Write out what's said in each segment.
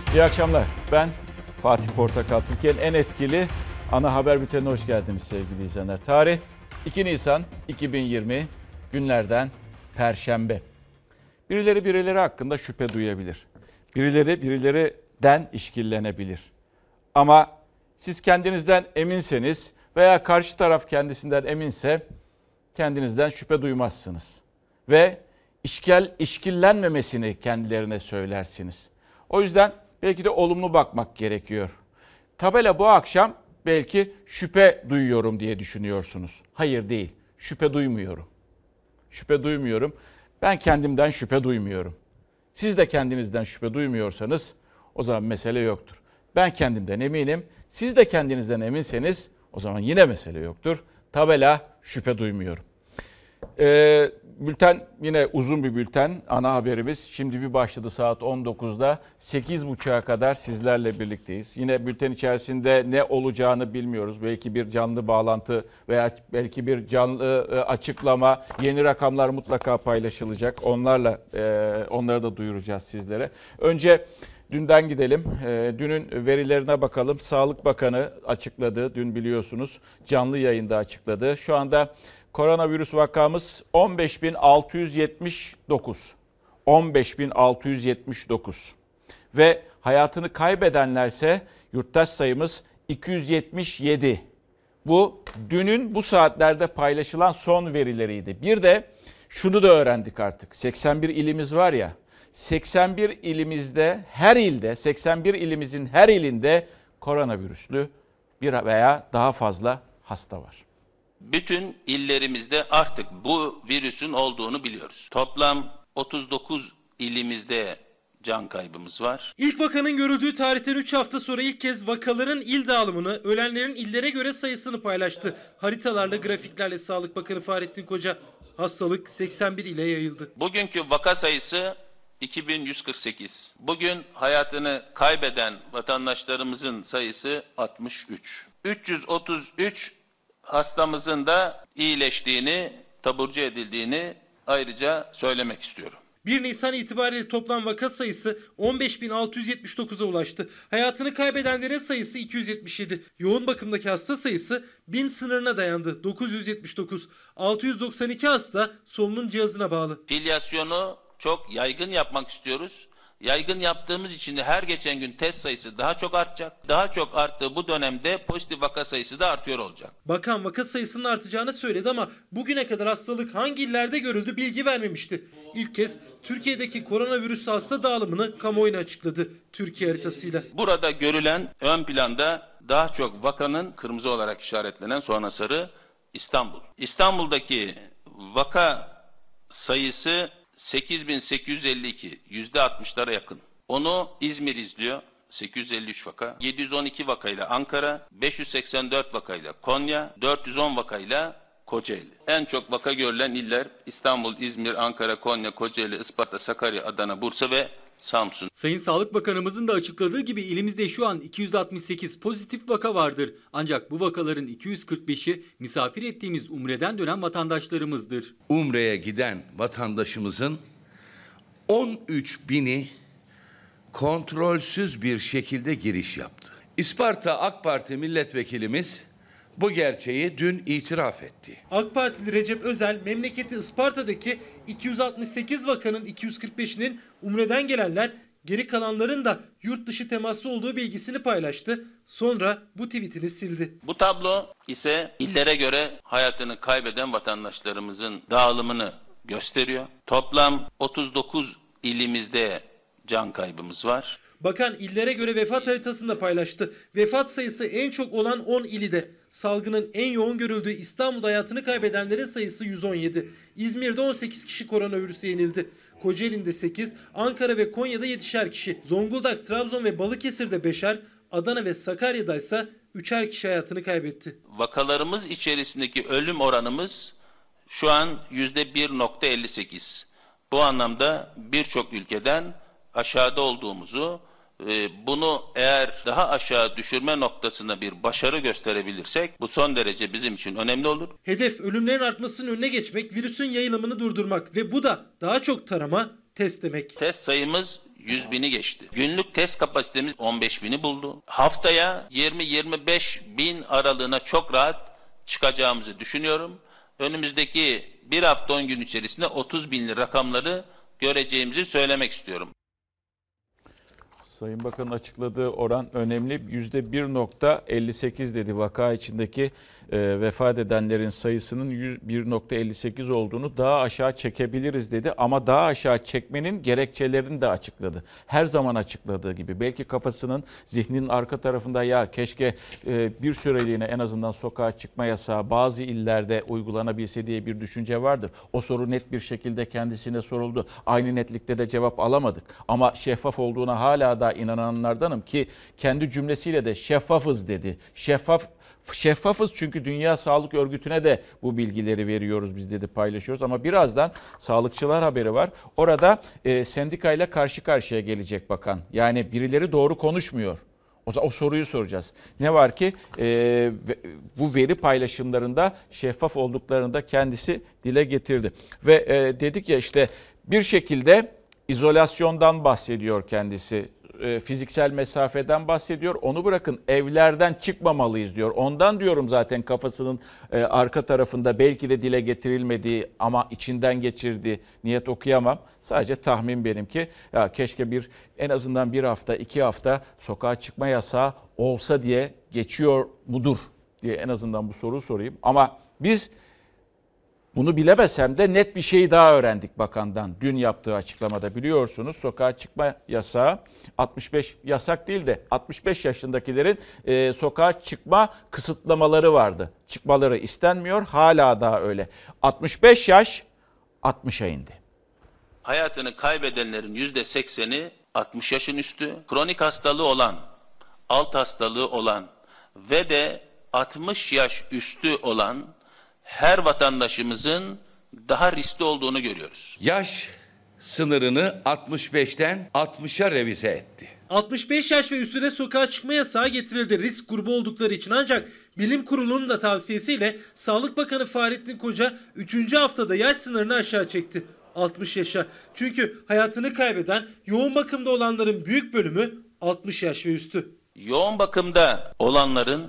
İyi akşamlar. Ben Fatih Portakal. Türkiye'nin en etkili ana haber bültenine hoş geldiniz sevgili izleyenler. Tarih 2 Nisan 2020 günlerden Perşembe. Birileri hakkında şüphe duyabilir. Birilerinden işkillenebilir. Ama siz kendinizden eminseniz veya karşı taraf kendisinden eminse kendinizden şüphe duymazsınız. Ve işkillenmemesini kendilerine söylersiniz. O yüzden belki de olumlu bakmak gerekiyor. Tabela bu akşam belki şüphe duyuyorum diye düşünüyorsunuz. Hayır değil, şüphe duymuyorum. Şüphe duymuyorum. Ben kendimden şüphe duymuyorum. Siz de kendinizden şüphe duymuyorsanız o zaman mesele yoktur. Ben kendimden eminim. Siz de kendinizden eminseniz o zaman yine mesele yoktur. Tabela şüphe duymuyorum. Bülten yine uzun bir bülten. Ana haberimiz şimdi bir başladı saat 19'da. 8.30'a kadar sizlerle birlikteyiz. Yine bülten içerisinde ne olacağını bilmiyoruz. Belki bir canlı bağlantı veya belki bir canlı açıklama, yeni rakamlar mutlaka paylaşılacak. Onları da duyuracağız sizlere. Önce dünden gidelim. Dünün verilerine bakalım. Sağlık Bakanı açıkladı. Dün biliyorsunuz canlı yayında açıkladı. Şu anda koronavirüs vakamız 15.679. 15.679. Ve hayatını kaybedenlerse yurttaş sayımız 277. Bu dünün bu saatlerde paylaşılan son verileriydi. Bir de şunu da öğrendik artık. 81 ilimiz var ya. 81 ilimizde her ilde 81 ilimizin her ilinde koronavirüslü bir veya daha fazla hasta var. Bütün illerimizde artık bu virüsün olduğunu biliyoruz. Toplam 39 ilimizde can kaybımız var. İlk vakanın görüldüğü tarihten 3 hafta sonra ilk kez vakaların il dağılımını, ölenlerin illere göre sayısını paylaştı. Haritalarla, grafiklerle Sağlık Bakanı Fahrettin Koca, hastalık 81 ile yayıldı. Bugünkü vaka sayısı 2148. Bugün hayatını kaybeden vatandaşlarımızın sayısı 63. 333 hastamızın da iyileştiğini, taburcu edildiğini ayrıca söylemek istiyorum. 1 Nisan itibariyle toplam vaka sayısı 15.679'a ulaştı. Hayatını kaybedenlerin sayısı 277. Yoğun bakımdaki hasta sayısı 1000 sınırına dayandı. 979. 692 hasta solunum cihazına bağlı. Filyasyonu çok yaygın yapmak istiyoruz. Yaygın yaptığımız için de her geçen gün test sayısı daha çok artacak. Daha çok arttığı bu dönemde pozitif vaka sayısı da artıyor olacak. Bakan vaka sayısının artacağını söyledi ama bugüne kadar hastalık hangi illerde görüldü bilgi vermemişti. İlk kez Türkiye'deki koronavirüs hasta dağılımını kamuoyuna açıkladı Türkiye haritasıyla. Burada görülen ön planda daha çok vakanın kırmızı olarak işaretlenen sonra sarı İstanbul. İstanbul'daki vaka sayısı 8.852, %60'lara yakın. Onu İzmir izliyor, 853 vaka. 712 vakayla Ankara, 584 vakayla Konya, 410 vakayla Kocaeli. En çok vaka görülen iller İstanbul, İzmir, Ankara, Konya, Kocaeli, Isparta, Sakarya, Adana, Bursa ve Samsun. Sayın Sağlık Bakanımızın da açıkladığı gibi ilimizde şu an 268 pozitif vaka vardır. Ancak bu vakaların 245'i misafir ettiğimiz Umre'den dönen vatandaşlarımızdır. Umre'ye giden vatandaşımızın 13 bini kontrolsüz bir şekilde giriş yaptı. İsparta AK Parti milletvekilimiz bu gerçeği dün itiraf etti. AK Partili Recep Özel memleketi Isparta'daki 268 vakanın 245'inin Umre'den gelenler, geri kalanların da yurt dışı temaslı olduğu bilgisini paylaştı. Sonra bu tweetini sildi. Bu tablo ise illere göre hayatını kaybeden vatandaşlarımızın dağılımını gösteriyor. Toplam 39 ilimizde can kaybımız var. Bakan illere göre vefat haritasını da paylaştı. Vefat sayısı en çok olan 10 ili de. Salgının en yoğun görüldüğü İstanbul'da hayatını kaybedenlerin sayısı 117. İzmir'de 18 kişi koronavirüse yenildi. Kocaeli'nde 8, Ankara ve Konya'da 7'şer kişi. Zonguldak, Trabzon ve Balıkesir'de 5'er, Adana ve Sakarya'da ise 3'er kişi hayatını kaybetti. Vakalarımız içerisindeki ölüm oranımız şu an %1.58. Bu anlamda birçok ülkeden aşağıda olduğumuzu, bunu eğer daha aşağı düşürme noktasında bir başarı gösterebilirsek bu son derece bizim için önemli olur. Hedef ölümlerin artmasının önüne geçmek, virüsün yayılımını durdurmak ve bu da daha çok tarama, test demek. Test sayımız 100.000'i geçti. Günlük test kapasitemiz 15.000'i buldu. Haftaya 20-25 bin aralığına çok rahat çıkacağımızı düşünüyorum. Önümüzdeki bir hafta 10 gün içerisinde 30.000'li rakamları göreceğimizi söylemek istiyorum. Sayın Bakan'ın açıkladığı oran önemli. %1.58 dedi vaka içindeki vefat edenlerin sayısının 1.58 olduğunu daha aşağı çekebiliriz dedi. Ama daha aşağı çekmenin gerekçelerini de açıkladı. Her zaman açıkladığı gibi. Belki kafasının, zihninin arka tarafında ya keşke bir süreliğine en azından sokağa çıkma yasağı bazı illerde uygulanabilse diye bir düşünce vardır. O soru net bir şekilde kendisine soruldu. Aynı netlikte de cevap alamadık. Ama şeffaf olduğuna hala da inananlardanım ki kendi cümlesiyle de şeffafız dedi. Şeffafız çünkü Dünya Sağlık Örgütü'ne de bu bilgileri veriyoruz biz dedi, paylaşıyoruz. Ama birazdan sağlıkçılar haberi var. Orada sendikayla karşı karşıya gelecek bakan. Yani birileri doğru konuşmuyor. O soruyu soracağız. Ne var ki bu veri paylaşımlarında şeffaf olduklarını da kendisi dile getirdi. Ve dedik ya işte bir şekilde izolasyondan bahsediyor kendisi. Fiziksel mesafeden bahsediyor. Onu bırakın, evlerden çıkmamalıyız diyor. Ondan diyorum zaten kafasının arka tarafında belki de dile getirilmediği ama içinden geçirdiği, niyet okuyamam. Sadece tahmin benimki. Ya keşke en azından bir hafta, 2 hafta sokağa çıkma yasağı olsa diye geçiyor mudur diye en azından bu soruyu sorayım. Ama biz bunu bilemesem de net bir şey daha öğrendik bakandan. Dün yaptığı açıklamada biliyorsunuz sokağa çıkma yasağı 65 yasak değil de 65 yaşındakilerin sokağa çıkma kısıtlamaları vardı. Çıkmaları istenmiyor, hala daha öyle. 65 yaş 60'a indi. Hayatını kaybedenlerin %80'i 60 yaşın üstü, kronik hastalığı olan, alt hastalığı olan ve de 60 yaş üstü olan her vatandaşımızın daha riskli olduğunu görüyoruz. Yaş sınırını 65'ten 60'a revize etti. 65 yaş ve üstüne sokağa çıkma yasağı getirildi risk grubu oldukları için. Ancak Bilim Kurulu'nun da tavsiyesiyle Sağlık Bakanı Fahrettin Koca 3. haftada yaş sınırını aşağı çekti. 60 yaşa. Çünkü hayatını kaybeden, yoğun bakımda olanların büyük bölümü 60 yaş ve üstü. Yoğun bakımda olanların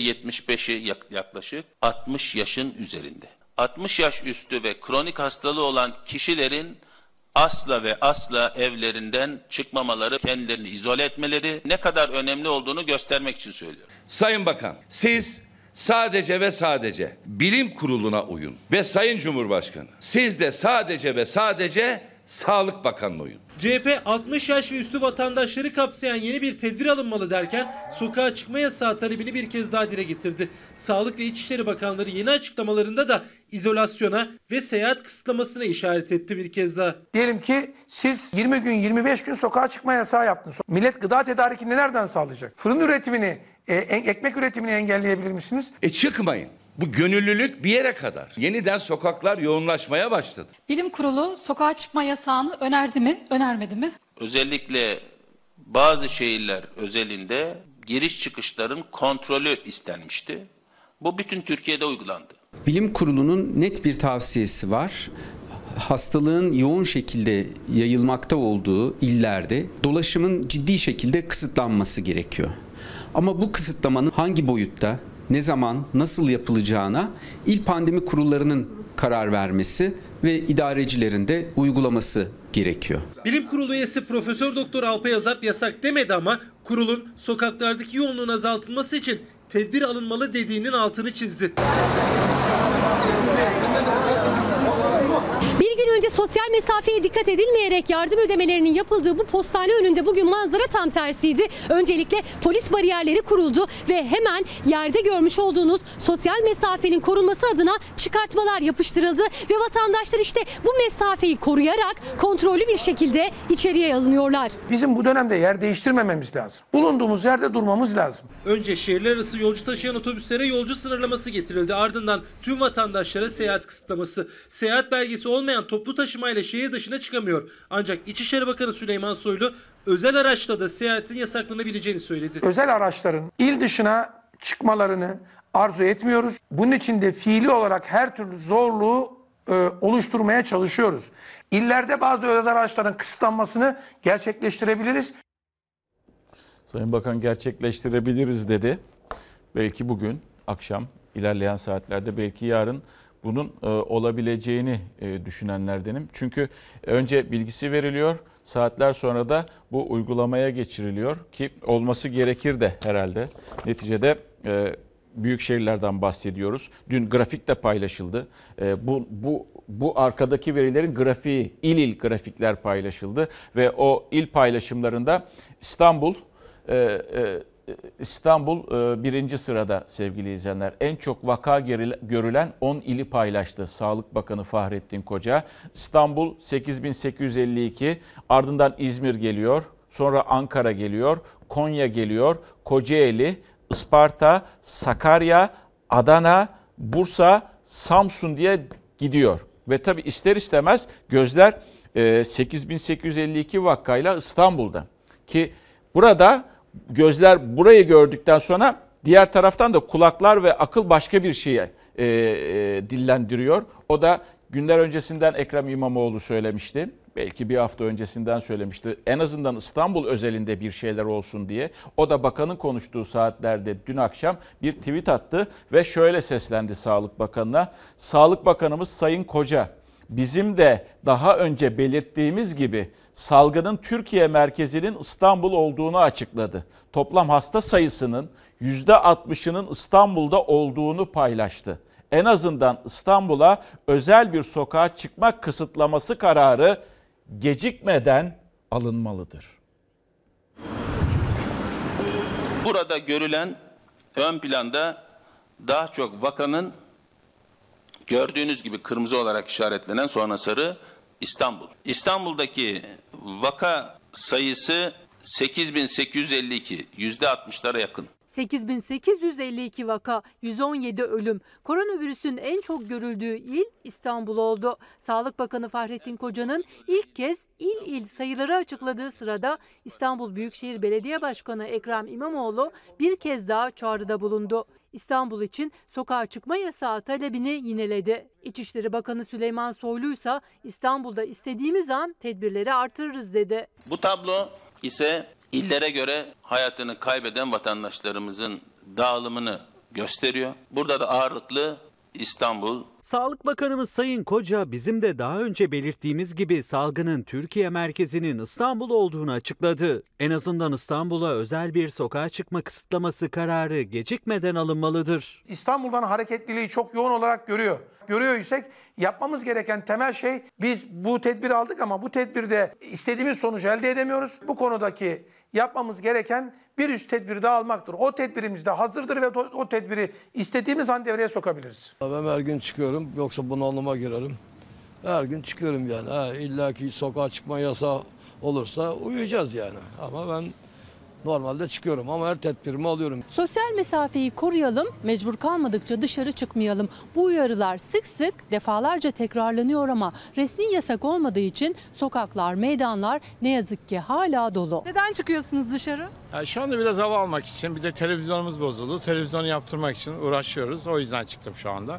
%75'i yaklaşık 60 yaşın üzerinde. 60 yaş üstü ve kronik hastalığı olan kişilerin asla ve asla evlerinden çıkmamaları, kendilerini izole etmeleri ne kadar önemli olduğunu göstermek için söylüyorum. Sayın Bakan, siz sadece ve sadece Bilim Kurulu'na uyun ve Sayın Cumhurbaşkanı, siz de sadece ve sadece Sağlık Bakanı'na uyun. CHP 60 yaş ve üstü vatandaşları kapsayan yeni bir tedbir alınmalı derken sokağa çıkma yasağı talebini bir kez daha dile getirdi. Sağlık ve İçişleri Bakanları yeni açıklamalarında da izolasyona ve seyahat kısıtlamasına işaret etti bir kez daha. Diyelim ki siz 20 gün 25 gün sokağa çıkma yasağı yaptınız. Millet gıda tedarikini nereden sağlayacak? Fırın üretimini, ekmek üretimini engelleyebilir misiniz? Çıkmayın. Bu gönüllülük bir yere kadar. Yeniden sokaklar yoğunlaşmaya başladı. Bilim Kurulu sokağa çıkma yasağını önerdi mi, önermedi mi? Özellikle bazı şehirler özelinde giriş çıkışların kontrolü istenmişti. Bu bütün Türkiye'de uygulandı. Bilim Kurulu'nun net bir tavsiyesi var. Hastalığın yoğun şekilde yayılmakta olduğu illerde dolaşımın ciddi şekilde kısıtlanması gerekiyor. Ama bu kısıtlamanın hangi boyutta, ne zaman, nasıl yapılacağına İl Pandemi Kurullarının karar vermesi ve idarecilerin de uygulaması gerekiyor. Bilim Kurulu üyesi Profesör Doktor Alpay Azap yasak demedi ama kurulun sokaklardaki yoğunluğun azaltılması için tedbir alınmalı dediğinin altını çizdi. Bir gün önce sosyal mesafeye dikkat edilmeyerek yardım ödemelerinin yapıldığı bu postane önünde bugün manzara tam tersiydi. Öncelikle polis bariyerleri kuruldu ve hemen yerde görmüş olduğunuz sosyal mesafenin korunması adına çıkartmalar yapıştırıldı ve vatandaşlar işte bu mesafeyi koruyarak kontrollü bir şekilde içeriye alınıyorlar. Bizim bu dönemde yer değiştirmememiz lazım. Bulunduğumuz yerde durmamız lazım. Önce şehirler arası yolcu taşıyan otobüslere yolcu sınırlaması getirildi. Ardından tüm vatandaşlara seyahat kısıtlaması. Seyahat belgesi olmayan toplu taşımayla şehir dışına çıkamıyor. Ancak İçişleri Bakanı Süleyman Soylu özel araçla da seyahatin yasaklanabileceğini söyledi. Özel araçların il dışına çıkmalarını arzu etmiyoruz. Bunun için de fiili olarak her türlü zorluğu oluşturmaya çalışıyoruz. İllerde bazı özel araçların kısıtlanmasını gerçekleştirebiliriz. Sayın Bakan gerçekleştirebiliriz dedi. Belki bugün akşam, ilerleyen saatlerde, belki yarın bunun olabileceğini düşünenlerdenim. Çünkü önce bilgisi veriliyor, saatler sonra da bu uygulamaya geçiriliyor ki olması gerekir de herhalde. Neticede büyük şehirlerden bahsediyoruz. Dün grafik de paylaşıldı. Bu arkadaki verilerin grafiği, il grafikler paylaşıldı ve o il paylaşımlarında İstanbul birinci sırada sevgili izleyenler. En çok vaka görülen 10 ili paylaştı Sağlık Bakanı Fahrettin Koca. İstanbul 8852, ardından İzmir geliyor, sonra Ankara geliyor, Konya geliyor, Kocaeli, Isparta, Sakarya, Adana, Bursa, Samsun diye gidiyor. Ve tabii ister istemez gözler 8852 vakayla İstanbul'da. Ki burada gözler burayı gördükten sonra diğer taraftan da kulaklar ve akıl başka bir şeye dillendiriyor. O da günler öncesinden Ekrem İmamoğlu söylemişti. Belki bir hafta öncesinden söylemişti. En azından İstanbul özelinde bir şeyler olsun diye. O da bakanın konuştuğu saatlerde dün akşam bir tweet attı ve şöyle seslendi Sağlık Bakanı'na. Sağlık Bakanımız Sayın Koca, bizim de daha önce belirttiğimiz gibi salgının Türkiye merkezinin İstanbul olduğunu açıkladı. Toplam hasta sayısının %60'ının İstanbul'da olduğunu paylaştı. En azından İstanbul'a özel bir sokağa çıkma kısıtlaması kararı gecikmeden alınmalıdır. Burada görülen ön planda daha çok vakanın gördüğünüz gibi kırmızı olarak işaretlenen, sonra sarı, İstanbul. İstanbul'daki vaka sayısı 8852, %60'lara yakın. 8852 vaka, 117 ölüm. Koronavirüsün en çok görüldüğü il İstanbul oldu. Sağlık Bakanı Fahrettin Koca'nın ilk kez il sayıları açıkladığı sırada İstanbul Büyükşehir Belediye Başkanı Ekrem İmamoğlu bir kez daha çağrıda bulundu. İstanbul için sokağa çıkma yasağı talebini yineledi. İçişleri Bakanı Süleyman Soylu ise İstanbul'da istediğimiz an tedbirleri artırırız dedi. Bu tablo ise illere göre hayatını kaybeden vatandaşlarımızın dağılımını gösteriyor. Burada da ağırlıklı İstanbul. Sağlık Bakanımız Sayın Koca bizim de daha önce belirttiğimiz gibi salgının Türkiye merkezinin İstanbul olduğunu açıkladı. En azından İstanbul'a özel bir sokağa çıkma kısıtlaması kararı gecikmeden alınmalıdır. İstanbul'dan hareketliliği çok yoğun olarak görüyor isek yapmamız gereken temel şey, biz bu tedbiri aldık ama bu tedbirde istediğimiz sonucu elde edemiyoruz. Bu konudaki yapmamız gereken bir üst tedbiri daha almaktır. O tedbirimiz de hazırdır ve o tedbiri istediğimiz an devreye sokabiliriz. Ben her gün çıkıyorum, yoksa bunalıma girerim. Her gün çıkıyorum yani. İlla ki sokağa çıkma yasağı olursa uyuyacağız yani. Ama ben normalde çıkıyorum ama her tedbirimi alıyorum. Sosyal mesafeyi koruyalım, mecbur kalmadıkça dışarı çıkmayalım. Bu uyarılar sık sık defalarca tekrarlanıyor ama resmi yasak olmadığı için sokaklar, meydanlar ne yazık ki hala dolu. Neden çıkıyorsunuz dışarı? Şu anda biraz hava almak için, bir de televizyonumuz bozuldu. Televizyonu yaptırmak için uğraşıyoruz. O yüzden çıktım şu anda.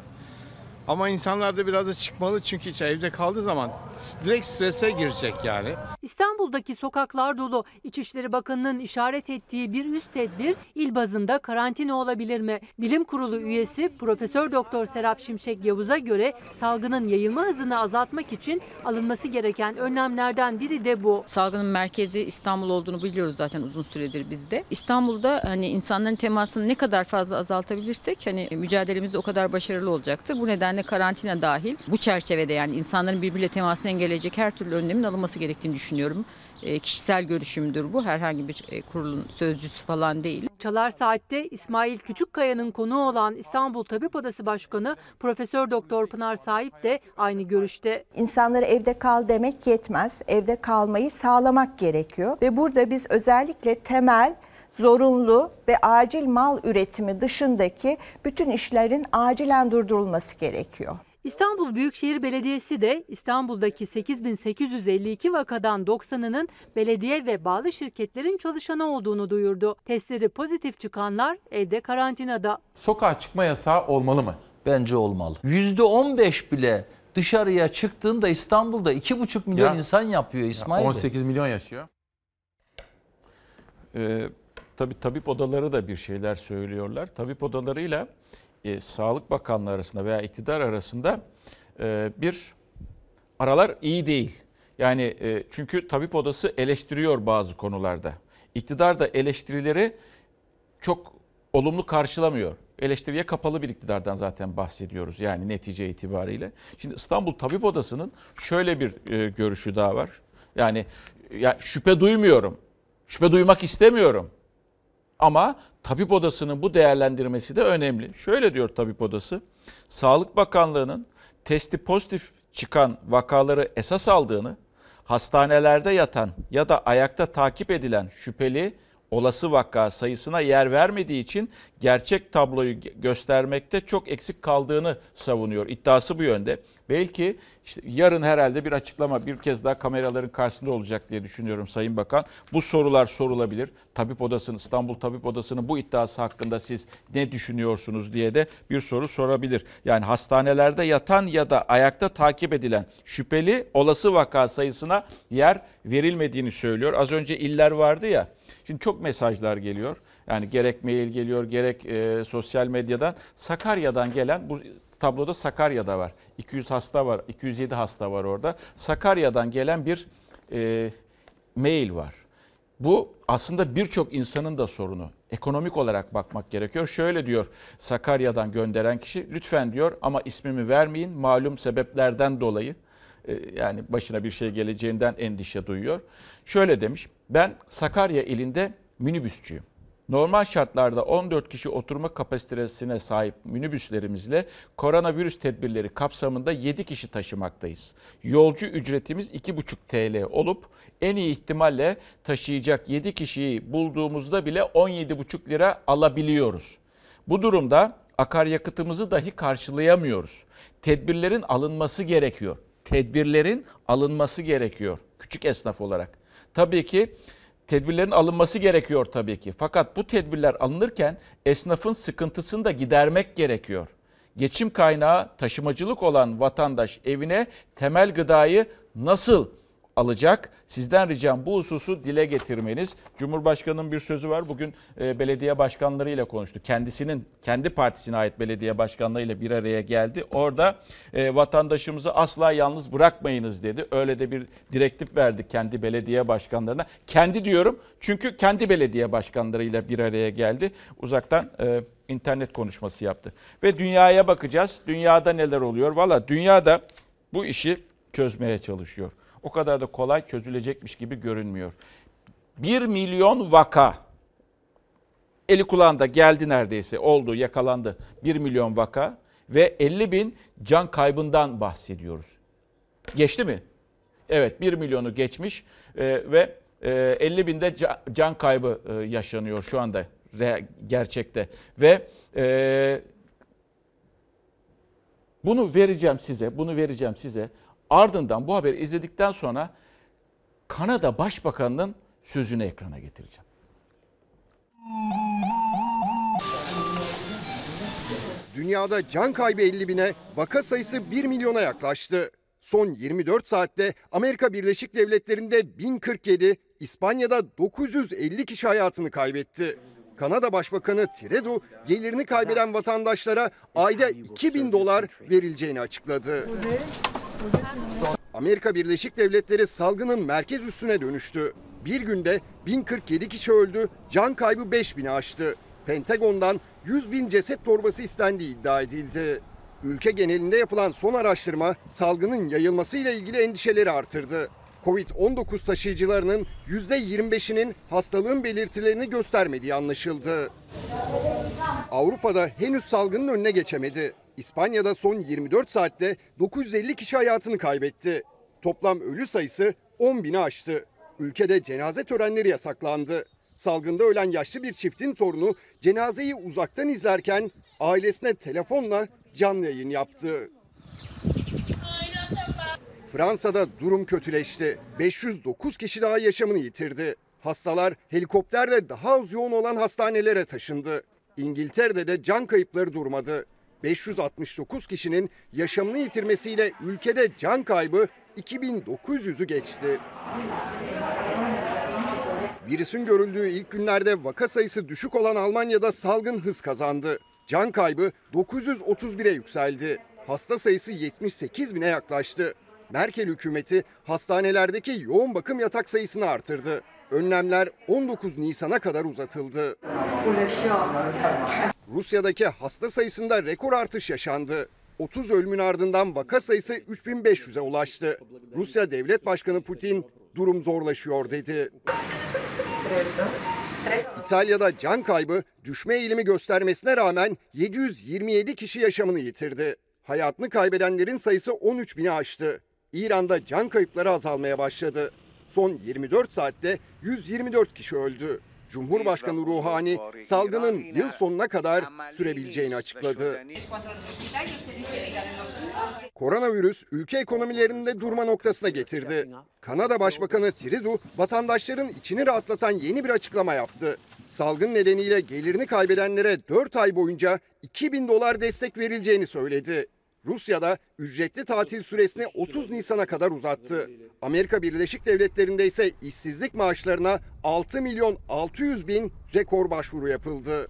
Ama insanlar da biraz da çıkmalı çünkü evde kaldığı zaman direkt strese girecek yani. İstanbul'daki sokaklar dolu. İçişleri Bakanı'nın işaret ettiği bir üst tedbir il bazında karantina olabilir mi? Bilim Kurulu üyesi Profesör Doktor Serap Şimşek Yavuz'a göre salgının yayılma hızını azaltmak için alınması gereken önlemlerden biri de bu. Salgının merkezi İstanbul olduğunu biliyoruz zaten uzun süredir bizde. İstanbul'da insanların temasını ne kadar fazla azaltabilirsek mücadelemiz o kadar başarılı olacaktır. Bu nedenle karantina dahil bu çerçevede yani insanların birbiriyle temasını engelleyecek her türlü önlemin alınması gerektiğini düşünüyorum. Kişisel görüşümdür bu. Herhangi bir kurulun sözcüsü falan değil. Çalar Saat'te İsmail Küçükkaya'nın konuğu olan İstanbul Tabip Odası Başkanı Profesör Doktor Pınar Sahip de aynı görüşte. İnsanlara evde kal demek yetmez. Evde kalmayı sağlamak gerekiyor ve burada biz özellikle temel, zorunlu ve acil mal üretimi dışındaki bütün işlerin acilen durdurulması gerekiyor. İstanbul Büyükşehir Belediyesi de İstanbul'daki 8852 vakadan 90'ının belediye ve bağlı şirketlerin çalışanı olduğunu duyurdu. Testleri pozitif çıkanlar evde karantinada. Sokağa çıkma yasağı olmalı mı? Bence olmalı. %15 bile dışarıya çıktığında İstanbul'da 2,5 milyon insan yapıyor İsmail Bey. 18 milyon yaşıyor. Tabii tabip odaları da bir şeyler söylüyorlar. Tabip odalarıyla Sağlık Bakanlığı arasında veya iktidar arasında bir aralar iyi değil. Yani çünkü tabip odası eleştiriyor bazı konularda. İktidar da eleştirileri çok olumlu karşılamıyor. Eleştiriye kapalı bir iktidardan zaten bahsediyoruz yani netice itibariyle. Şimdi İstanbul Tabip Odası'nın şöyle bir görüşü daha var. Yani şüphe duymuyorum, şüphe duymak istemiyorum. Ama Tabip Odası'nın bu değerlendirmesi de önemli. Şöyle diyor Tabip Odası, Sağlık Bakanlığı'nın testi pozitif çıkan vakaları esas aldığını, hastanelerde yatan ya da ayakta takip edilen şüpheli olası vaka sayısına yer vermediği için gerçek tabloyu göstermekte çok eksik kaldığını savunuyor. İddiası bu yönde. Belki işte yarın herhalde bir açıklama bir kez daha kameraların karşısında olacak diye düşünüyorum Sayın Bakan. Bu sorular sorulabilir. Tabip Odası'nın, İstanbul Tabip Odası'nın bu iddiası hakkında siz ne düşünüyorsunuz diye de bir soru sorabilir. Yani hastanelerde yatan ya da ayakta takip edilen şüpheli olası vaka sayısına yer verilmediğini söylüyor. Az önce iller vardı ya. Şimdi çok mesajlar geliyor. Yani gerek mail geliyor, gerek sosyal medyadan. Sakarya'dan gelen, bu tabloda Sakarya'da var. 200 hasta var, 207 hasta var orada. Sakarya'dan gelen bir mail var. Bu aslında birçok insanın da sorunu. Ekonomik olarak bakmak gerekiyor. Şöyle diyor Sakarya'dan gönderen kişi, lütfen diyor ama ismimi vermeyin malum sebeplerden dolayı. Yani başına bir şey geleceğinden endişe duyuyor. Şöyle demiş, ben Sakarya ilinde minibüsçüyüm. Normal şartlarda 14 kişi oturma kapasitesine sahip minibüslerimizle koronavirüs tedbirleri kapsamında 7 kişi taşımaktayız. Yolcu ücretimiz 2,5 TL olup en iyi ihtimalle taşıyacak 7 kişiyi bulduğumuzda bile 17,5 lira alabiliyoruz. Bu durumda akaryakıtımızı dahi karşılayamıyoruz. Tedbirlerin alınması gerekiyor. Tedbirlerin alınması gerekiyor küçük esnaf olarak. Tabii ki tedbirlerin alınması gerekiyor tabii ki. Fakat bu tedbirler alınırken esnafın sıkıntısını da gidermek gerekiyor. Geçim kaynağı taşımacılık olan vatandaş evine temel gıdayı nasıl alacak? Sizden ricam bu hususu dile getirmeniz. Cumhurbaşkanı'nın bir sözü var. Bugün belediye başkanlarıyla konuştu. Kendi partisine ait belediye başkanlarıyla bir araya geldi. Orada vatandaşımızı asla yalnız bırakmayınız dedi. Öyle de bir direktif verdi kendi belediye başkanlarına. Kendi diyorum çünkü kendi belediye başkanlarıyla bir araya geldi. Uzaktan internet konuşması yaptı. Ve dünyaya bakacağız. Dünyada neler oluyor? Valla dünyada bu işi çözmeye çalışıyor. O kadar da kolay çözülecekmiş gibi görünmüyor. 1 milyon vaka, eli kulağında geldi neredeyse, oldu, yakalandı. 1 milyon vaka ve 50 bin can kaybından bahsediyoruz. Geçti mi? Evet, 1 milyonu geçmiş ve 50 binde can kaybı yaşanıyor şu anda gerçekte. Ve bunu vereceğim size. Ardından bu haberi izledikten sonra Kanada Başbakanı'nın sözünü ekrana getireceğim. Dünyada can kaybı 50 bine, vaka sayısı 1 milyona yaklaştı. Son 24 saatte Amerika Birleşik Devletleri'nde 1047, İspanya'da 950 kişi hayatını kaybetti. Kanada Başbakanı Trudeau gelirini kaybeden vatandaşlara ayda $2.000 verileceğini açıkladı. Amerika Birleşik Devletleri salgının merkez üssüne dönüştü. Bir günde 1047 kişi öldü, can kaybı 5000'i aştı. Pentagon'dan 100.000 ceset torbası istendiği iddia edildi. Ülke genelinde yapılan son araştırma salgının yayılmasıyla ilgili endişeleri artırdı. Covid-19 taşıyıcılarının %25'inin hastalığın belirtilerini göstermediği anlaşıldı. Avrupa'da henüz salgının önüne geçemedi. İspanya'da son 24 saatte 950 kişi hayatını kaybetti. Toplam ölü sayısı 10.000'i aştı. Ülkede cenaze törenleri yasaklandı. Salgında ölen yaşlı bir çiftin torunu cenazeyi uzaktan izlerken ailesine telefonla canlı yayın yaptı. Fransa'da durum kötüleşti. 509 kişi daha yaşamını yitirdi. Hastalar helikopterle daha az yoğun olan hastanelere taşındı. İngiltere'de de can kayıpları durmadı. 569 kişinin yaşamını yitirmesiyle ülkede can kaybı 2900'ü geçti. Virüsün görüldüğü ilk günlerde vaka sayısı düşük olan Almanya'da salgın hız kazandı. Can kaybı 931'e yükseldi. Hasta sayısı 78 bine yaklaştı. Merkel hükümeti hastanelerdeki yoğun bakım yatak sayısını artırdı. Önlemler 19 Nisan'a kadar uzatıldı. Rusya'daki hasta sayısında rekor artış yaşandı. 30 ölümün ardından vaka sayısı 3500'e ulaştı. Rusya Devlet Başkanı Putin durum zorlaşıyor dedi. İtalya'da can kaybı düşme eğilimi göstermesine rağmen 727 kişi yaşamını yitirdi. Hayatını kaybedenlerin sayısı 13 bini aştı. İran'da can kayıpları azalmaya başladı. Son 24 saatte 124 kişi öldü. Cumhurbaşkanı Ruhani salgının yıl sonuna kadar sürebileceğini açıkladı. Koronavirüs ülke ekonomilerinde durma noktasına getirdi. Kanada Başbakanı Trudeau vatandaşların içini rahatlatan yeni bir açıklama yaptı. Salgın nedeniyle gelirini kaybedenlere 4 ay boyunca $2000 destek verileceğini söyledi. Rusya'da ücretli tatil süresini 30 Nisan'a kadar uzattı. Amerika Birleşik Devletleri'nde ise işsizlik maaşlarına 6.600.000 rekor başvuru yapıldı.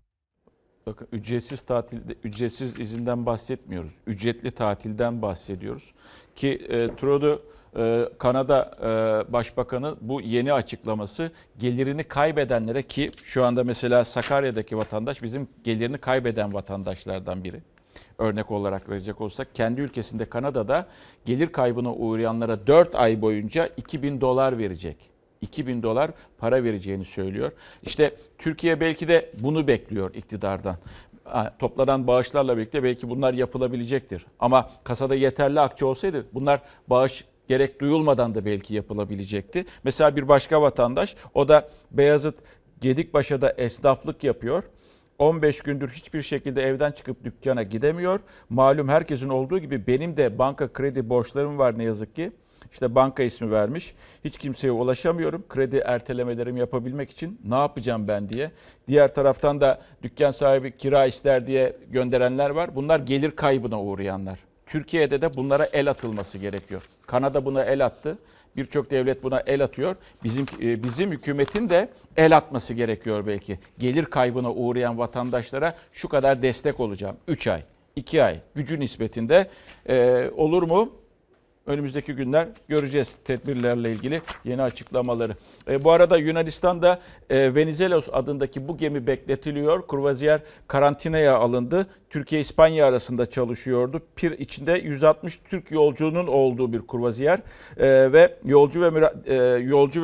Bakın ücretsiz tatilde, ücretsiz izinden bahsetmiyoruz. Ücretli tatilden bahsediyoruz. Ki Trudeau, Kanada Başbakanı bu yeni açıklaması gelirini kaybedenlere, ki şu anda mesela Sakarya'daki vatandaş bizim gelirini kaybeden vatandaşlardan biri. Örnek olarak verecek olsak kendi ülkesinde Kanada'da gelir kaybına uğrayanlara 4 ay boyunca $2000 verecek. $2000 para vereceğini söylüyor. İşte Türkiye belki de bunu bekliyor iktidardan. Toplanan bağışlarla birlikte belki bunlar yapılabilecektir. Ama kasada yeterli akçe olsaydı bunlar bağış gerek duyulmadan da belki yapılabilecekti. Mesela bir başka vatandaş, o da Beyazıt Gedikpaşa'da esnaflık yapıyor. 15 gündür hiçbir şekilde evden çıkıp dükkana gidemiyor. Malum herkesin olduğu gibi benim de banka kredi borçlarım var ne yazık ki. İşte banka ismi vermiş. Hiç kimseye ulaşamıyorum. Kredi ertelemelerimi yapabilmek için ne yapacağım ben diye. Diğer taraftan da dükkan sahibi kira ister diye gönderenler var. Bunlar gelir kaybına uğrayanlar. Türkiye'de de bunlara el atılması gerekiyor. Kanada buna el attı. Birçok devlet buna el atıyor. Bizim hükümetin de el atması gerekiyor belki. Gelir kaybına uğrayan vatandaşlara şu kadar destek olacağım. 3 ay, 2 ay gücü nispetinde olur mu? Önümüzdeki günler göreceğiz tedbirlerle ilgili yeni açıklamaları. Bu arada Yunanistan'da Venizelos adındaki bu gemi bekletiliyor. Kruvazyer karantinaya alındı. Türkiye-İspanya arasında çalışıyordu. Pir içinde 160 Türk yolcunun olduğu bir kruvazyer ve yolcu ve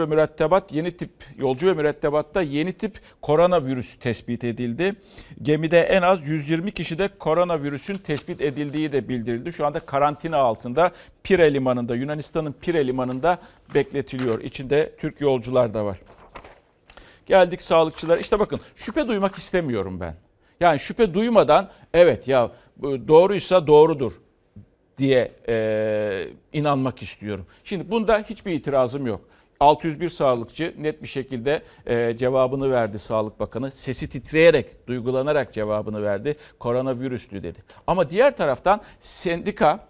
mürettebatta yeni tip koronavirüs tespit edildi. Gemide en az 120 kişide koronavirüsün tespit edildiği de bildirildi. Şu anda karantina altında Pire limanında, Yunanistan'ın Pire limanında bekletiliyor. İçinde Türk yolcular da var. Geldik sağlıkçılara. İşte bakın, şüphe duymak istemiyorum ben. Yani şüphe duymadan evet ya doğruysa doğrudur diye inanmak istiyorum. Şimdi bunda hiçbir itirazım yok. 601 sağlıkçı net bir şekilde cevabını verdi Sağlık Bakanı. Sesi titreyerek, duygulanarak cevabını verdi. Koronavirüslü dedi. Ama diğer taraftan sendika,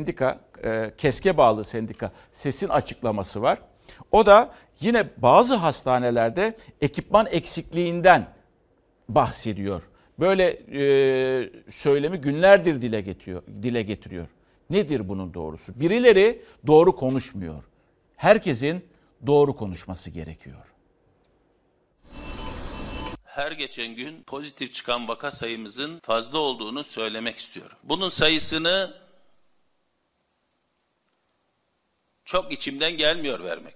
KESK'e bağlı sendika SES'in açıklaması var. O da yine bazı hastanelerde ekipman eksikliğinden bahsediyor. Böyle söylemi günlerdir dile getiriyor. Nedir bunun doğrusu? Birileri doğru konuşmuyor. Herkesin doğru konuşması gerekiyor. Her geçen gün pozitif çıkan vaka sayımızın fazla olduğunu söylemek istiyorum. Bunun sayısını çok içimden gelmiyor vermek.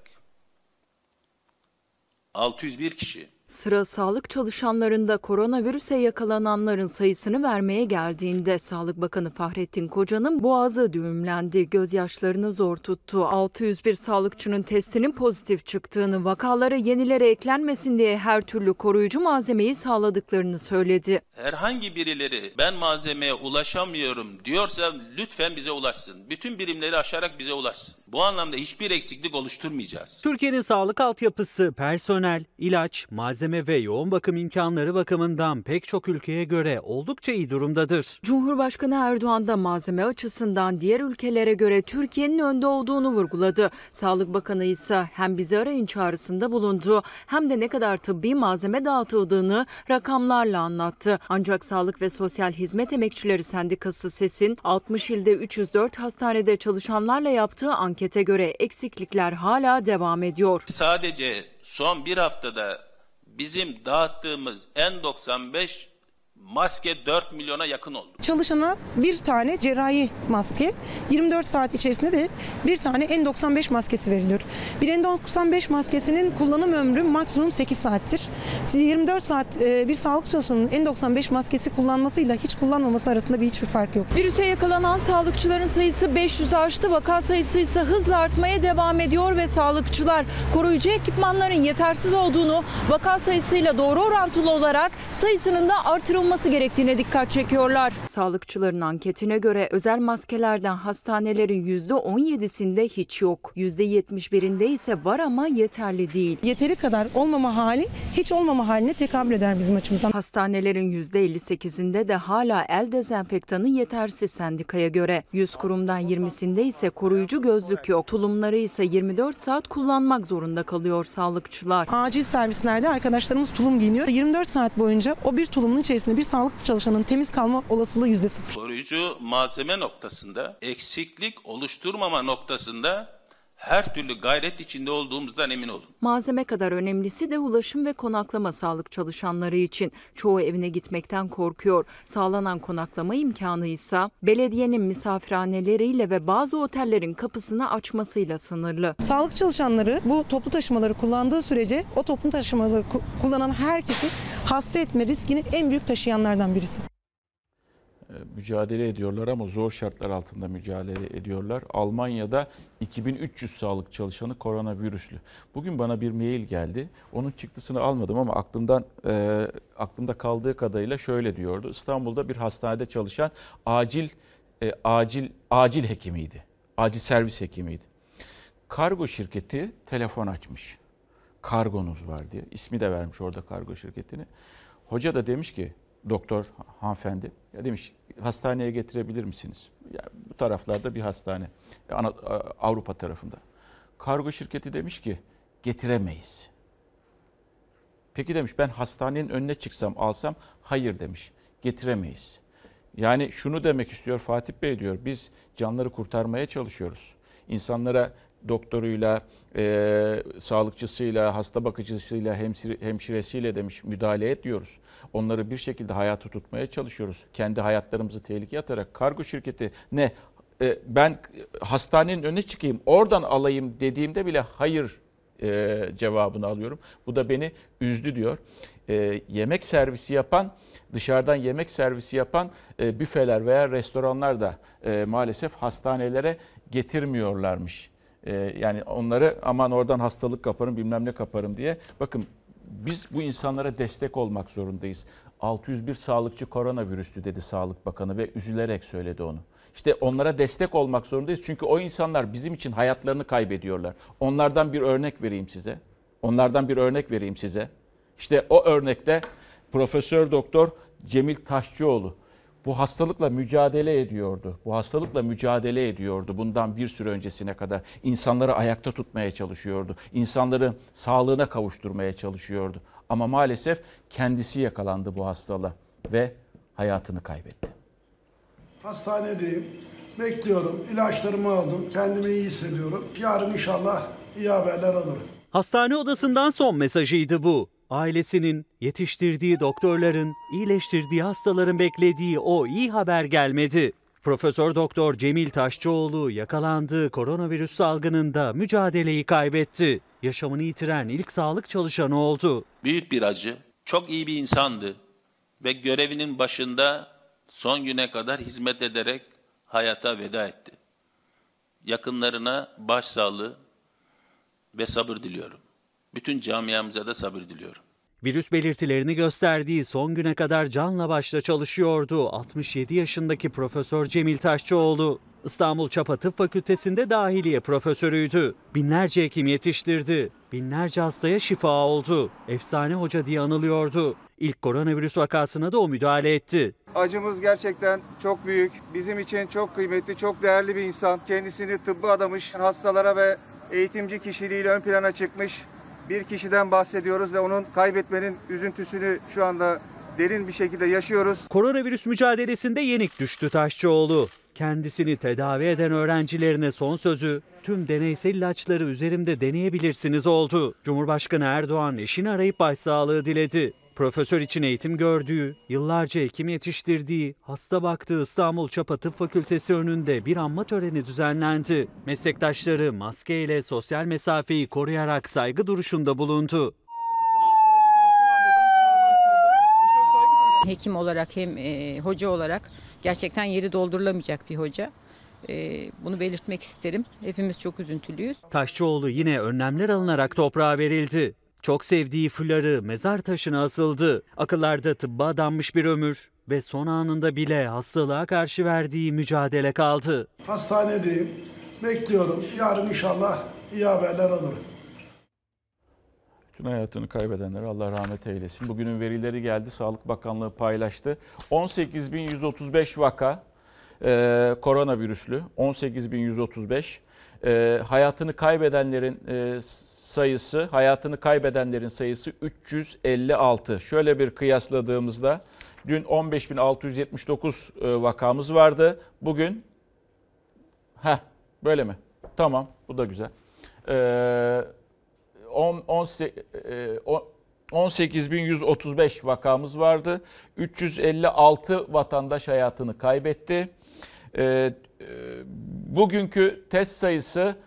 601 kişi. Sıra sağlık çalışanlarında koronavirüse yakalananların sayısını vermeye geldiğinde Sağlık Bakanı Fahrettin Koca'nın boğazı düğümlendi, gözyaşlarını zor tuttu. 601 sağlıkçının testinin pozitif çıktığını, vakalara yenileri eklenmesin diye her türlü koruyucu malzemeyi sağladıklarını söyledi. Herhangi birileri ben malzemeye ulaşamıyorum diyorsa lütfen bize ulaşsın. Bütün birimleri aşarak bize ulaşsın. Bu anlamda hiçbir eksiklik oluşturmayacağız. Türkiye'nin sağlık altyapısı, personel, ilaç, malzeme malzeme ve yoğun bakım imkanları bakımından pek çok ülkeye göre oldukça iyi durumdadır. Cumhurbaşkanı Erdoğan da malzeme açısından diğer ülkelere göre Türkiye'nin önde olduğunu vurguladı. Sağlık Bakanı ise hem bizi arayın çağrısında bulundu hem de ne kadar tıbbi malzeme dağıtıldığını rakamlarla anlattı. Ancak Sağlık ve Sosyal Hizmet Emekçileri Sendikası SES'in 60 ilde 304 hastanede çalışanlarla yaptığı ankete göre eksiklikler hala devam ediyor. Sadece son bir haftada bizim dağıttığımız N95 maske 4 milyona yakın oldu. Çalışana bir tane cerrahi maske, 24 saat içerisinde de bir tane N95 maskesi veriliyor. Bir N95 maskesinin kullanım ömrü maksimum 8 saattir. 24 saat bir sağlık çalışanının N95 maskesi kullanmasıyla hiç kullanmaması arasında hiçbir fark yok. Virüse yakalanan sağlıkçıların sayısı 500'ü aştı. Vaka sayısı ise hızla artmaya devam ediyor ve sağlıkçılar koruyucu ekipmanların yetersiz olduğunu, vaka sayısıyla doğru orantılı olarak sayısının da artırılması gerektiğine dikkat çekiyorlar. Sağlıkçıların anketine göre özel maskelerden hastanelerin %17'sinde hiç yok. %71'inde ise var ama yeterli değil. Yeteri kadar olmama hali hiç olmama haline tekabül eder bizim açımızdan. Hastanelerin %58'inde de hala el dezenfektanı yetersiz sendikaya göre. 100 kurumdan 20'sinde ise koruyucu gözlük yok. Tulumları ise 24 saat kullanmak zorunda kalıyor sağlıkçılar. Acil servislerde arkadaşlarımız tulum giyiniyor. 24 saat boyunca o bir tulumun içerisinde bir sağlık çalışanının temiz kalma olasılığı %0. Koruyucu malzeme noktasında, eksiklik oluşturmama noktasında her türlü gayret içinde olduğumuzdan emin olun. Malzeme kadar önemlisi de ulaşım ve konaklama sağlık çalışanları için. Çoğu evine gitmekten korkuyor. Sağlanan konaklama imkanı ise belediyenin misafirhaneleriyle ve bazı otellerin kapısını açmasıyla sınırlı. Sağlık çalışanları bu toplu taşımaları kullandığı sürece o toplu taşımaları kullanan herkesi hasta etme riskini en büyük taşıyanlardan birisi. Mücadele ediyorlar ama zor şartlar altında mücadele ediyorlar. Almanya'da 2300 sağlık çalışanı koronavirüslü. Bugün bana bir mail geldi. Onun çıktısını almadım ama aklımda kaldığı kadarıyla şöyle diyordu. İstanbul'da bir hastanede çalışan acil hekimiydi. Acil servis hekimiydi. Kargo şirketi telefon açmış. Kargonuz var diye. İsmi de vermiş orada kargo şirketini. Hoca da demiş ki, doktor hanımefendi, ya demiş hastaneye getirebilir misiniz? Ya, bu taraflarda bir hastane, Avrupa tarafında. Kargo şirketi demiş ki getiremeyiz. Peki demiş ben hastanenin önüne çıksam alsam, hayır demiş, getiremeyiz. Yani şunu demek istiyor Fatih Bey diyor, biz canları kurtarmaya çalışıyoruz. İnsanlara doktoruyla, sağlıkçısıyla, hasta bakıcısıyla, hemşiresiyle demiş müdahale ediyoruz. Onları bir şekilde hayata tutmaya çalışıyoruz. Kendi hayatlarımızı tehlikeye atarak. Kargo şirketi ne? Ben hastanenin önüne çıkayım, oradan alayım dediğimde bile hayır cevabını alıyorum. Bu da beni üzdü diyor. Yemek servisi yapan, dışarıdan yemek servisi yapan büfeler veya restoranlar da maalesef hastanelere getirmiyorlarmış. Yani onları aman oradan hastalık kaparım bilmem ne kaparım diye. Bakın biz bu insanlara destek olmak zorundayız. 601 sağlıkçı koronavirüslü dedi Sağlık Bakanı ve üzülerek söyledi onu. İşte onlara destek olmak zorundayız. Çünkü o insanlar bizim için hayatlarını kaybediyorlar. Onlardan bir örnek vereyim size. İşte o örnekte Profesör Doktor Cemil Taşçıoğlu bu hastalıkla mücadele ediyordu. Bundan bir süre öncesine kadar insanları ayakta tutmaya çalışıyordu. İnsanları sağlığına kavuşturmaya çalışıyordu. Ama maalesef kendisi yakalandı bu hastalığa ve hayatını kaybetti. Hastanedeyim. Bekliyorum. İlaçlarımı aldım. Kendimi iyi hissediyorum. Yarın inşallah iyi haberler alırım. Hastane odasından son mesajıydı bu. Ailesinin, yetiştirdiği doktorların, iyileştirdiği hastaların beklediği o iyi haber gelmedi. Profesör Doktor Cemil Taşçıoğlu yakalandığı koronavirüs salgınında mücadeleyi kaybetti. Yaşamını yitiren ilk sağlık çalışanı oldu. Büyük bir acı, çok iyi bir insandı ve görevinin başında son güne kadar hizmet ederek hayata veda etti. Yakınlarına başsağlığı ve sabır diliyorum. Bütün camiamıza da sabır diliyorum. Virüs belirtilerini gösterdiği son güne kadar canla başla çalışıyordu 67 yaşındaki Profesör Cemil Taşçıoğlu. İstanbul Çapa Tıp Fakültesi'nde dahiliye profesörüydü. Binlerce hekim yetiştirdi. Binlerce hastaya şifa oldu. Efsane hoca diye anılıyordu. İlk koronavirüs vakasına da o müdahale etti. Acımız gerçekten çok büyük. Bizim için çok kıymetli, çok değerli bir insan. Kendisini tıbba adamış, hastalara ve eğitimci kişiliğiyle ön plana çıkmış bir kişiden bahsediyoruz ve onun kaybetmenin üzüntüsünü şu anda derin bir şekilde yaşıyoruz. Koronavirüs mücadelesinde yenik düştü Taşçıoğlu. Kendisini tedavi eden öğrencilerine son sözü, tüm deneysel ilaçları üzerimde deneyebilirsiniz oldu. Cumhurbaşkanı Erdoğan eşini arayıp başsağlığı diledi. Profesör için eğitim gördüğü, yıllarca hekim yetiştirdiği, hasta baktığı İstanbul Çapa Tıp Fakültesi önünde bir anma töreni düzenlendi. Meslektaşları maskeyle sosyal mesafeyi koruyarak saygı duruşunda bulundu. Hekim olarak hem hoca olarak gerçekten yeri doldurulamayacak bir hoca. Bunu belirtmek isterim. Hepimiz çok üzüntülüyüz. Taşçıoğlu yine önlemler alınarak toprağa verildi. Çok sevdiği fuları mezar taşına asıldı. Akıllarda tıbba adanmış bir ömür ve son anında bile hastalığa karşı verdiği mücadele kaldı. Hastanedeyim, bekliyorum. Yarın inşallah iyi haberler alırım. Tüm hayatını kaybedenlere Allah rahmet eylesin. Bugünün verileri geldi. Sağlık Bakanlığı paylaştı. 18.135 vaka koronavirüslü. 18.135. Hayatını kaybedenlerin sayısı 356. Şöyle bir kıyasladığımızda dün 15.679 vakamız vardı. Bugün böyle mi? Tamam, bu da güzel. 18.135 vakamız vardı. 356 vatandaş hayatını kaybetti. Bugünkü test sayısı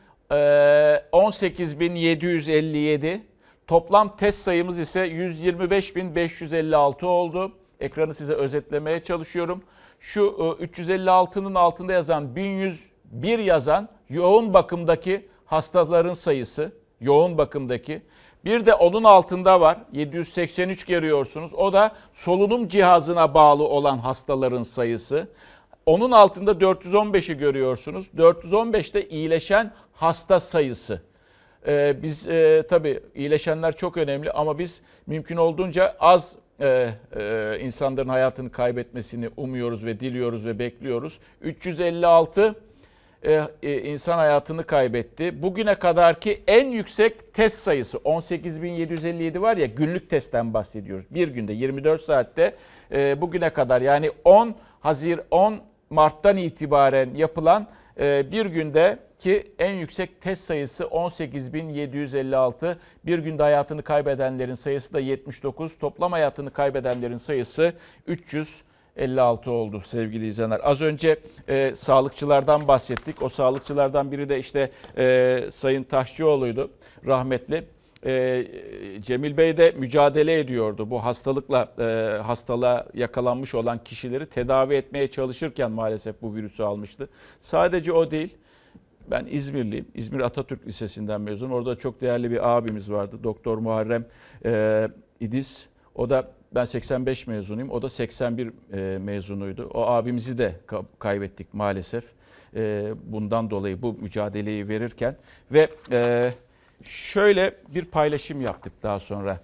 18.757. Toplam test sayımız ise 125.556 oldu. Ekranı size özetlemeye çalışıyorum. Şu 356'nın altında yazan 1101 yazan yoğun bakımdaki hastaların sayısı. Yoğun bakımdaki. Bir de onun altında var. 783 görüyorsunuz. O da solunum cihazına bağlı olan hastaların sayısı. Onun altında 415'i görüyorsunuz. 415'te iyileşen hasta sayısı. Biz tabii iyileşenler çok önemli ama biz mümkün olduğunca az insanların hayatını kaybetmesini umuyoruz ve diliyoruz ve bekliyoruz. 356 insan hayatını kaybetti. Bugüne kadarki en yüksek test sayısı 18.757 var ya, günlük testten bahsediyoruz. Bir günde 24 saatte bugüne kadar, yani 10 Mart'tan itibaren yapılan bir gündeki en yüksek test sayısı 18.756. Bir günde hayatını kaybedenlerin sayısı da 79. Toplam hayatını kaybedenlerin sayısı 356 oldu sevgili izleyenler. Az önce sağlıkçılardan bahsettik. O sağlıkçılardan biri de işte Sayın Taşçıoğlu'ydu, rahmetli. Cemil Bey de mücadele ediyordu. Bu hastalığa yakalanmış olan kişileri tedavi etmeye çalışırken maalesef bu virüsü almıştı. Sadece o değil. Ben İzmirliyim. İzmir Atatürk Lisesi'nden mezunum. Orada çok değerli bir abimiz vardı. Doktor Muharrem İdiz. O da, ben 85 mezunuyum. O da 81 mezunuydu. O abimizi de kaybettik maalesef. Bundan dolayı bu mücadeleyi verirken ve şöyle bir paylaşım yaptık daha sonra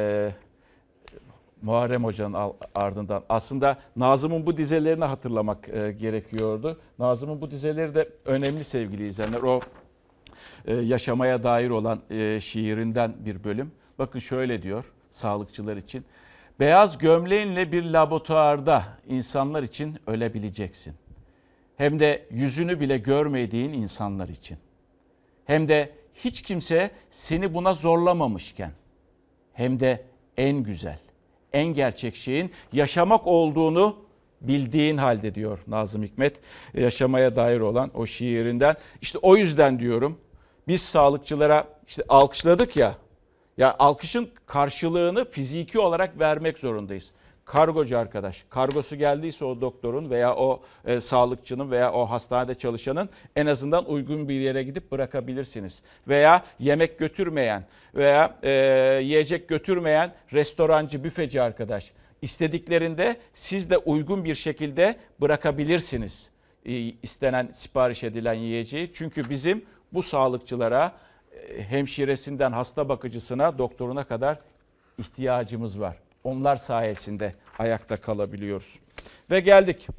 Muharrem Hoca'nın ardından. Aslında Nazım'ın bu dizelerini hatırlamak gerekiyordu. Nazım'ın bu dizeleri de önemli sevgili izleyenler. O yaşamaya dair olan şiirinden bir bölüm. Bakın şöyle diyor sağlıkçılar için. Beyaz gömleğinle bir laboratuvarda insanlar için ölebileceksin. Hem de yüzünü bile görmediğin insanlar için. Hem de hiç kimse seni buna zorlamamışken. Hem de en güzel, en gerçek şeyin yaşamak olduğunu bildiğin halde diyor Nazım Hikmet. Yaşamaya dair olan o şiirinden. İşte o yüzden diyorum, biz sağlıkçılara işte alkışladık ya. Ya alkışın karşılığını fiziki olarak vermek zorundayız. kargocu arkadaş. Kargosu geldiyse o doktorun veya o sağlıkçının veya o hastanede çalışanın en azından uygun bir yere gidip bırakabilirsiniz. Veya yemek götürmeyen veya yiyecek götürmeyen restorancı, büfeci arkadaş. İstediklerinde siz de uygun bir şekilde bırakabilirsiniz istenen, sipariş edilen yiyeceği. Çünkü bizim bu sağlıkçılara, hemşiresinden hasta bakıcısına, doktoruna kadar ihtiyacımız var. Onlar sayesinde ayakta kalabiliyoruz. Ve geldik.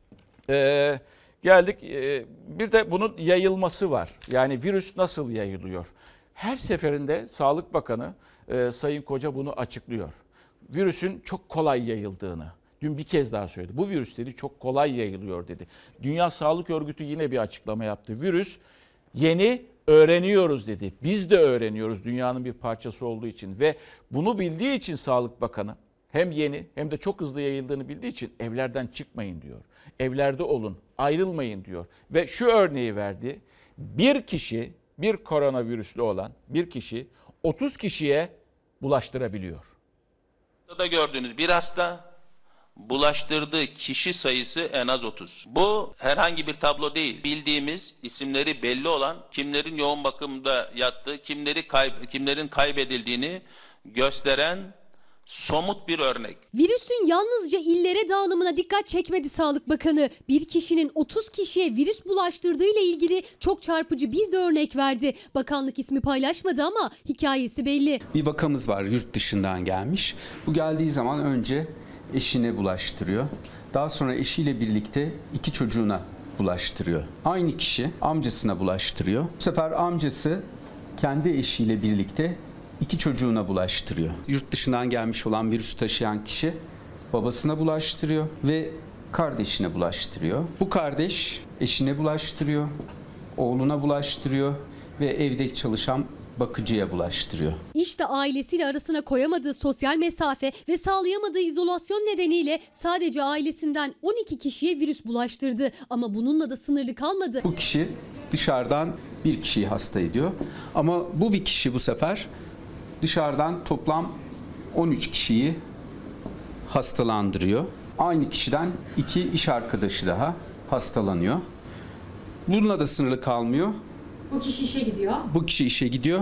Bir de bunun yayılması var. Yani virüs nasıl yayılıyor? Her seferinde Sağlık Bakanı Sayın Koca bunu açıklıyor. Virüsün çok kolay yayıldığını. Dün bir kez daha söyledi. Bu virüs dedi çok kolay yayılıyor dedi. Dünya Sağlık Örgütü yine bir açıklama yaptı. Virüs yeni, öğreniyoruz dedi. Biz de öğreniyoruz dünyanın bir parçası olduğu için ve bunu bildiği için Sağlık Bakanı hem yeni hem de çok hızlı yayıldığını bildiği için evlerden çıkmayın diyor. Evlerde olun, ayrılmayın diyor. Ve şu örneği verdi. Bir koronavirüslü olan bir kişi 30 kişiye bulaştırabiliyor. Burada gördüğünüz bir hasta bulaştırdığı kişi sayısı en az 30. Bu herhangi bir tablo değil. Bildiğimiz, isimleri belli olan, kimlerin yoğun bakımda yattığı, kimlerin kaybedildiğini gösteren somut bir örnek. Virüsün yalnızca illere dağılımına dikkat çekmedi Sağlık Bakanı. Bir kişinin 30 kişiye virüs bulaştırdığı ile ilgili çok çarpıcı bir de örnek verdi. Bakanlık ismi paylaşmadı ama hikayesi belli. Bir vakamız var, yurt dışından gelmiş. Bu geldiği zaman önce eşine bulaştırıyor. Daha sonra eşiyle birlikte 2 çocuğuna bulaştırıyor. Aynı kişi amcasına bulaştırıyor. Bu sefer amcası kendi eşiyle birlikte 2 çocuğuna bulaştırıyor. Yurt dışından gelmiş olan virüsü taşıyan kişi babasına bulaştırıyor ve kardeşine bulaştırıyor. Bu kardeş eşine bulaştırıyor, oğluna bulaştırıyor ve evde çalışan bakıcıya bulaştırıyor. İşte ailesiyle arasına koyamadığı sosyal mesafe ve sağlayamadığı izolasyon nedeniyle sadece ailesinden 12 kişiye virüs bulaştırdı. Ama bununla da sınırlı kalmadı. Bu kişi dışarıdan bir kişiyi hasta ediyor. Ama bu bir kişi bu sefer dışarıdan toplam 13 kişiyi hastalandırıyor. Aynı kişiden 2 iş arkadaşı daha hastalanıyor. Bununla da sınırlı kalmıyor. Bu kişi işe gidiyor. Bu kişi işe gidiyor.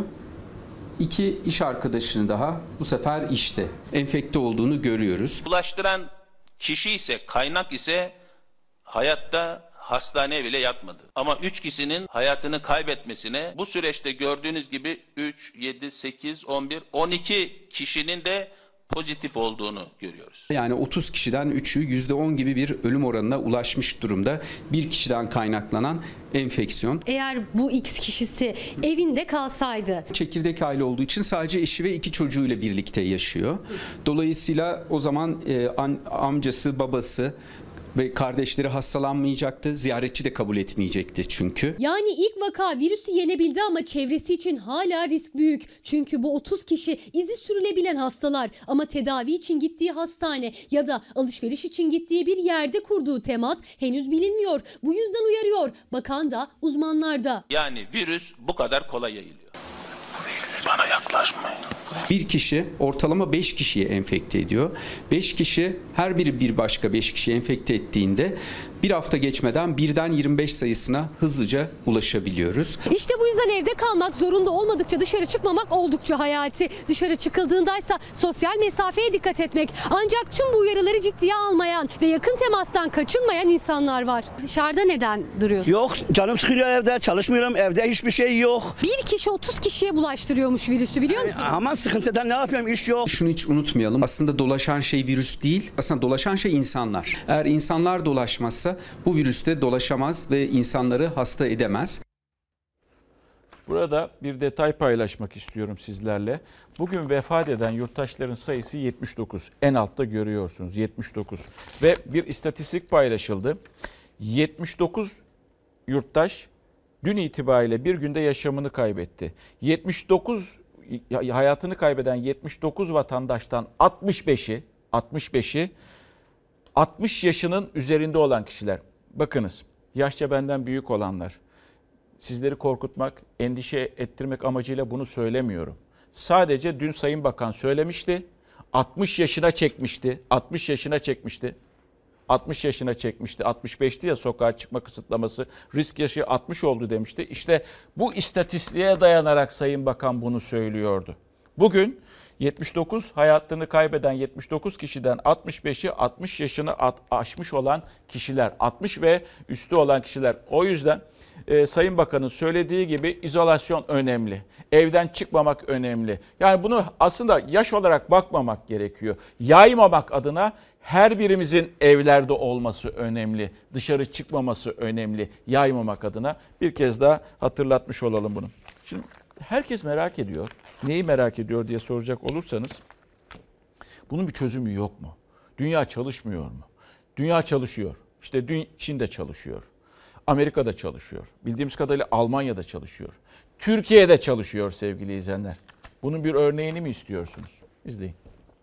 2 iş arkadaşını daha bu sefer işte enfekte olduğunu görüyoruz. Bulaştıran kişi ise, kaynak ise hayatta hastaneye bile yatmadı. Ama 3 kişinin hayatını kaybetmesine bu süreçte gördüğünüz gibi 3, 7, 8, 11, 12 kişinin de pozitif olduğunu görüyoruz. Yani 30 kişiden 3'ü %10 gibi bir ölüm oranına ulaşmış durumda. Bir kişiden kaynaklanan enfeksiyon. Eğer bu X kişisi evinde kalsaydı. Çekirdek aile olduğu için sadece eşi ve 2 çocuğuyla birlikte yaşıyor. Dolayısıyla o zaman amcası, babası ve kardeşleri hastalanmayacaktı. Ziyaretçi de kabul etmeyecekti çünkü. Yani ilk vaka virüsü yenebildi ama çevresi için hala risk büyük. Çünkü bu 30 kişi izi sürülebilen hastalar ama tedavi için gittiği hastane ya da alışveriş için gittiği bir yerde kurduğu temas henüz bilinmiyor. Bu yüzden uyarıyor bakan da, uzmanlar da. Yani virüs bu kadar kolay yayılıyor. Bana yaklaşmayın. Bir kişi ortalama 5 kişiyi enfekte ediyor. 5 kişi her biri bir başka 5 kişiyi enfekte ettiğinde bir hafta geçmeden 1'den 25 sayısına hızlıca ulaşabiliyoruz. İşte bu yüzden evde kalmak, zorunda olmadıkça dışarı çıkmamak oldukça hayati. Dışarı çıkıldığındaysa sosyal mesafeye dikkat etmek. Ancak tüm bu uyarıları ciddiye almayan ve yakın temastan kaçınmayan insanlar var. Dışarıda neden duruyorsun? Yok, canım sıkılıyor evde, çalışmıyorum, evde hiçbir şey yok. Bir kişi 30 kişiye bulaştırıyormuş virüsü, biliyor musun? Ama sıkıntıdan ne yapıyorum, iş yok. Şunu hiç unutmayalım. Aslında dolaşan şey virüs değil. Aslında dolaşan şey insanlar. Eğer insanlar dolaşmazsa bu virüs de dolaşamaz ve insanları hasta edemez. Burada bir detay paylaşmak istiyorum sizlerle. Bugün vefat eden yurttaşların sayısı 79. En altta görüyorsunuz 79. Ve bir istatistik paylaşıldı. 79 yurttaş dün itibariyle bir günde yaşamını kaybetti. 79 hayatını kaybeden 79 vatandaştan 65'i 60 yaşının üzerinde olan kişiler. Bakınız, yaşça benden büyük olanlar. Sizleri korkutmak, endişe ettirmek amacıyla bunu söylemiyorum. Sadece dün Sayın Bakan söylemişti. 60 yaşına çekmişti. 60 yaşına çekmişti. 60 yaşına çekmişti. 65'ti ya sokağa çıkma kısıtlaması. Risk yaşı 60 oldu demişti. İşte bu istatistiğe dayanarak Sayın Bakan bunu söylüyordu. Bugün 79 hayatını kaybeden 79 kişiden 65'i 60 yaşını aşmış olan kişiler. 60 ve üstü olan kişiler. O yüzden Sayın Bakan'ın söylediği gibi izolasyon önemli. Evden çıkmamak önemli. Yani bunu aslında yaş olarak bakmamak gerekiyor. Yaymamak adına her birimizin evlerde olması önemli. Dışarı çıkmaması önemli. Yaymamak adına bir kez daha hatırlatmış olalım bunu. Şimdi herkes merak ediyor. Neyi merak ediyor diye soracak olursanız bunun bir çözümü yok mu? Dünya çalışmıyor mu? Dünya çalışıyor. İşte Çin de çalışıyor. Amerika'da çalışıyor. Bildiğimiz kadarıyla Almanya'da çalışıyor. Türkiye'de çalışıyor sevgili izleyenler. Bunun bir örneğini mi istiyorsunuz? İzleyin.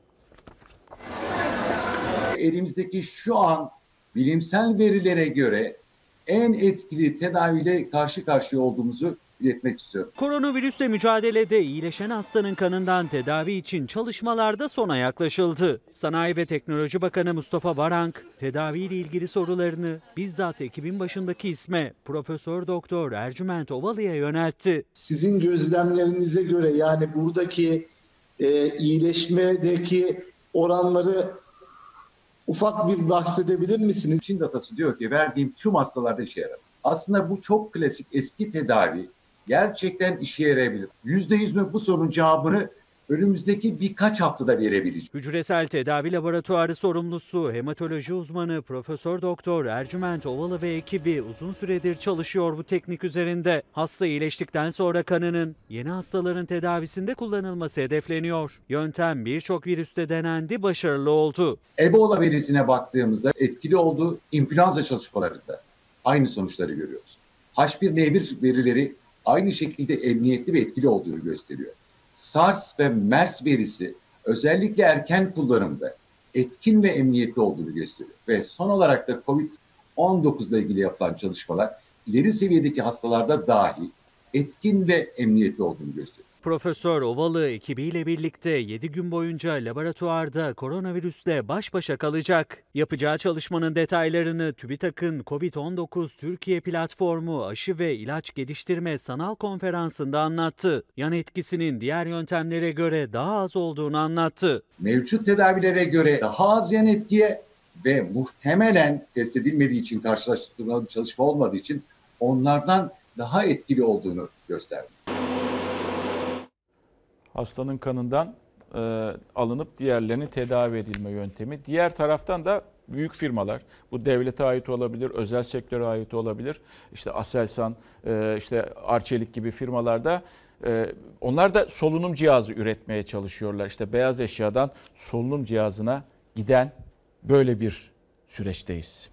Elimizdeki şu an bilimsel verilere göre en etkili tedaviyle karşı karşıya olduğumuzu iletmek istiyorum. Koronavirüsle mücadelede iyileşen hastanın kanından tedavi için çalışmalarda sona yaklaşıldı. Sanayi ve Teknoloji Bakanı Mustafa Varank tedaviyle ilgili sorularını bizzat ekibin başındaki isme Profesör Doktor Ercüment Ovalı'ya yöneltti. Sizin gözlemlerinize göre yani buradaki iyileşmedeki oranları ufak bir bahsedebilir misiniz? Çin datası diyor ki verdiğim tüm hastalarda işe yarar. Aslında bu çok klasik eski tedavi gerçekten işe yarayabilir. %100 mü bu sorunun cevabını önümüzdeki birkaç haftada verebileceğiz. Hücresel Tedavi Laboratuvarı sorumlusu hematoloji uzmanı Profesör Doktor Ercüment Ovalı ve ekibi uzun süredir çalışıyor bu teknik üzerinde. Hasta iyileştikten sonra kanının yeni hastaların tedavisinde kullanılması hedefleniyor. Yöntem birçok virüste denendi, başarılı oldu. Ebola verisine baktığımızda etkili olduğu influenza çalışmalarında aynı sonuçları görüyoruz. H1N1 verileri aynı şekilde emniyetli ve etkili olduğunu gösteriyor. SARS ve MERS verisi özellikle erken kullanımda etkin ve emniyetli olduğunu gösteriyor. Ve son olarak da COVID-19 ile ilgili yapılan çalışmalar ileri seviyedeki hastalarda dahi etkin ve emniyetli olduğunu gösteriyor. Profesör Ovalı ekibiyle birlikte 7 gün boyunca laboratuvarda koronavirüsle baş başa kalacak. Yapacağı çalışmanın detaylarını TÜBİTAK'ın COVID-19 Türkiye platformu aşı ve ilaç geliştirme sanal konferansında anlattı. Yan etkisinin diğer yöntemlere göre daha az olduğunu anlattı. Mevcut tedavilere göre daha az yan etkiye ve muhtemelen test edilmediği için karşılaştırılan bir çalışma olmadığı için onlardan daha etkili olduğunu gösterdi. Hastanın kanından alınıp diğerlerinin tedavi edilme yöntemi. Diğer taraftan da büyük firmalar, bu devlete ait olabilir, özel sektöre ait olabilir. İşte Aselsan, işte Arçelik gibi firmalarda onlar da solunum cihazı üretmeye çalışıyorlar. İşte beyaz eşyadan solunum cihazına giden böyle bir süreçteyiz.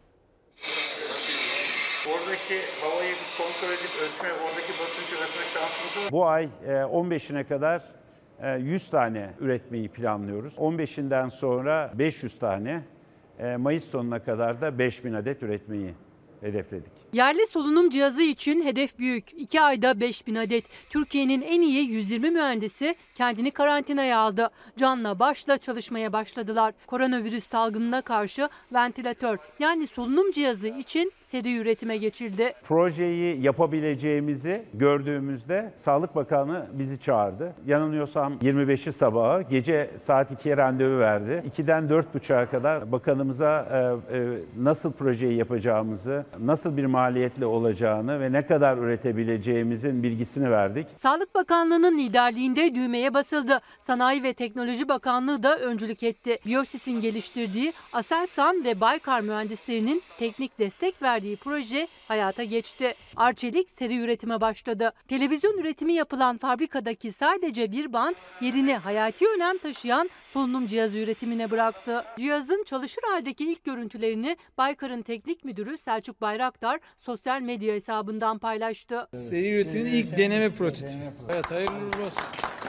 Oradaki havayı kontrol edip ölçme, oradaki basıncı ölçme şansımız var. Bu ay 15'ine kadar 100 tane üretmeyi planlıyoruz. 15'inden sonra 500 tane, Mayıs sonuna kadar da 5000 adet üretmeyi hedefledik. Yerli solunum cihazı için hedef büyük. 2 ayda 5000 adet. Türkiye'nin en iyi 120 mühendisi kendini karantinaya aldı. Canla başla çalışmaya başladılar. Koronavirüs salgınına karşı ventilatör yani solunum cihazı için seri üretime geçildi. Projeyi yapabileceğimizi gördüğümüzde Sağlık Bakanı bizi çağırdı. Yanılmıyorsam 25'i sabahı gece saat 2'ye randevu verdi. 2'den 4.30'a kadar bakanımıza nasıl projeyi yapacağımızı, nasıl bir maliyetle olacağını ve ne kadar üretebileceğimizin bilgisini verdik. Sağlık Bakanlığı'nın liderliğinde düğmeye basıldı. Sanayi ve Teknoloji Bakanlığı da öncülük etti. Biyosis'in geliştirdiği Aselsan ve Baykar mühendislerinin teknik destek verdiği proje hayata geçti. Arçelik seri üretime başladı. Televizyon üretimi yapılan fabrikadaki sadece bir bant yerini hayati önem taşıyan solunum cihazı üretimine bıraktı. Cihazın çalışır haldeki ilk görüntülerini Baykar'ın teknik müdürü Selçuk Bayraktar sosyal medya hesabından paylaştı. Seri üretimin ilk deneme prototipi. Evet, hayırlı olsun.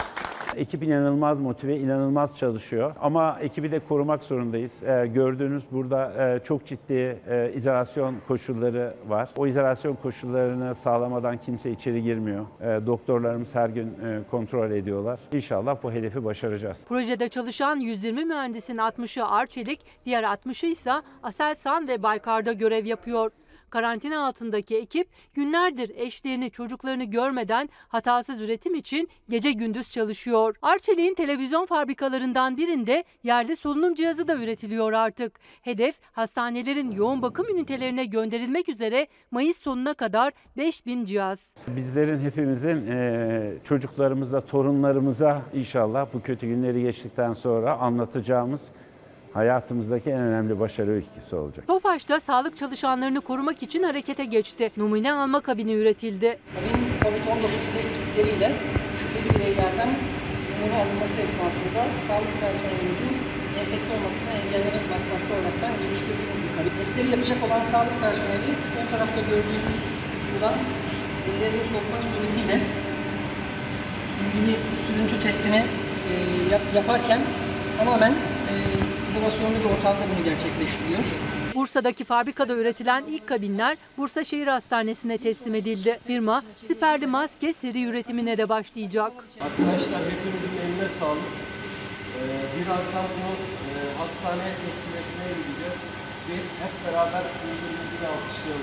Ekip inanılmaz motive, inanılmaz çalışıyor. Ama ekibi de korumak zorundayız. Gördüğünüz burada çok ciddi izolasyon koşulları var. O izolasyon koşullarını sağlamadan kimse içeri girmiyor. Doktorlarımız her gün kontrol ediyorlar. İnşallah bu hedefi başaracağız. Projede çalışan 120 mühendisin 60'ı Arçelik, diğer 60'ı ise Aselsan ve Baykar'da görev yapıyor. Karantina altındaki ekip günlerdir eşlerini, çocuklarını görmeden hatasız üretim için gece gündüz çalışıyor. Arçelik'in televizyon fabrikalarından birinde yerli solunum cihazı da üretiliyor artık. Hedef hastanelerin yoğun bakım ünitelerine gönderilmek üzere Mayıs sonuna kadar 5000 cihaz. Bizlerin hepimizin çocuklarımıza, torunlarımıza inşallah bu kötü günleri geçtikten sonra anlatacağımız hayatımızdaki en önemli başarı öyküsü olacak. Tofaş'ta sağlık çalışanlarını korumak için harekete geçti. Numune alma kabini üretildi. Kabin COVID-19 test kitleriyle şüpheli bireylerden numune alınması esnasında sağlık personelimizin enfekte olmasını engellemek maksatlı olaraktan geliştirdiğimiz bir kabin. Testleri yapacak olan sağlık personeli şu ön tarafta gördüğünüz kısımdan ellerini sokmak suretiyle ilgili sürüntü testini yaparken tamamen izolasyonlu bir ortamda bunu gerçekleştiriyor. Bursa'daki fabrikada üretilen ilk kabinler Bursa Şehir Hastanesi'ne teslim edildi. Firma siperli maske seri üretimine de başlayacak. Arkadaşlar hepinizin eline sağlık. Birazdan bunu hastaneye teslim etmeye gideceğiz ve hep beraber birbirimizi de alkışlayalım.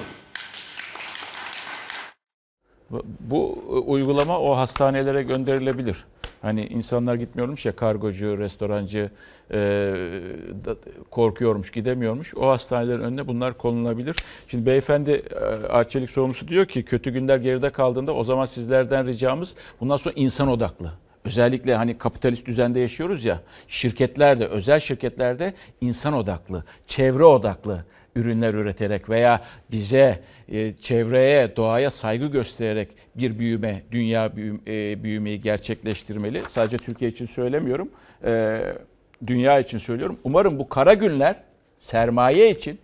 Bu uygulama o hastanelere gönderilebilir. Hani insanlar gitmiyormuş ya, kargocu, restorancı korkuyormuş, gidemiyormuş. O hastanelerin önüne bunlar konulabilir. Şimdi beyefendi Arçelik sorumlusu diyor ki kötü günler geride kaldığında o zaman sizlerden ricamız bundan sonra insan odaklı. Özellikle hani kapitalist düzende yaşıyoruz ya, şirketlerde, özel şirketlerde insan odaklı, çevre odaklı ürünler üreterek veya bize, çevreye, doğaya saygı göstererek bir büyüme, dünya büyümeyi gerçekleştirmeli. Sadece Türkiye için söylemiyorum, dünya için söylüyorum. Umarım bu kara günler sermaye için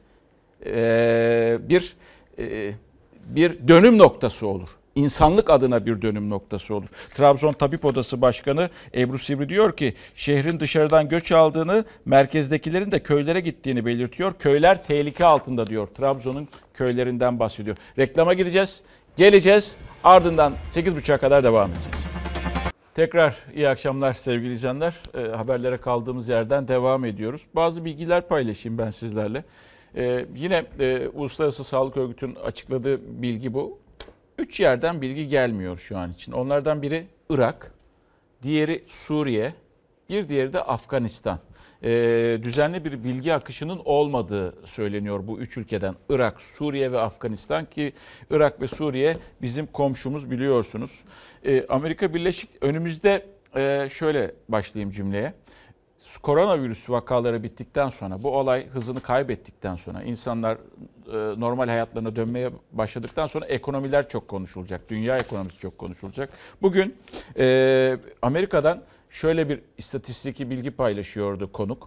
bir dönüm noktası olur. İnsanlık adına bir dönüm noktası olur. Trabzon Tabip Odası Başkanı Ebru Sivri diyor ki şehrin dışarıdan göç aldığını, merkezdekilerin de köylere gittiğini belirtiyor. Köyler tehlike altında diyor. Trabzon'un köylerinden bahsediyor. Reklama gideceğiz, geleceğiz. Ardından 8.30'a kadar devam edeceğiz. Tekrar iyi akşamlar sevgili izleyenler. Haberlere kaldığımız yerden devam ediyoruz. Bazı bilgiler paylaşayım ben sizlerle. Yine Uluslararası Sağlık Örgütü'nün açıkladığı bilgi bu. 3 yerden bilgi gelmiyor şu an için. Onlardan biri Irak, diğeri Suriye, bir diğeri de Afganistan. Düzenli bir bilgi akışının olmadığı söyleniyor bu 3 ülkeden. Irak, Suriye ve Afganistan, ki Irak ve Suriye bizim komşumuz biliyorsunuz. Amerika Birleşik, önümüzde şöyle başlayayım cümleye. Koronavirüs vakaları bittikten sonra, bu olay hızını kaybettikten sonra, insanlar normal hayatlarına dönmeye başladıktan sonra ekonomiler çok konuşulacak. Dünya ekonomisi çok konuşulacak. Bugün Amerika'dan şöyle bir istatistiki bilgi paylaşıyordu konuk.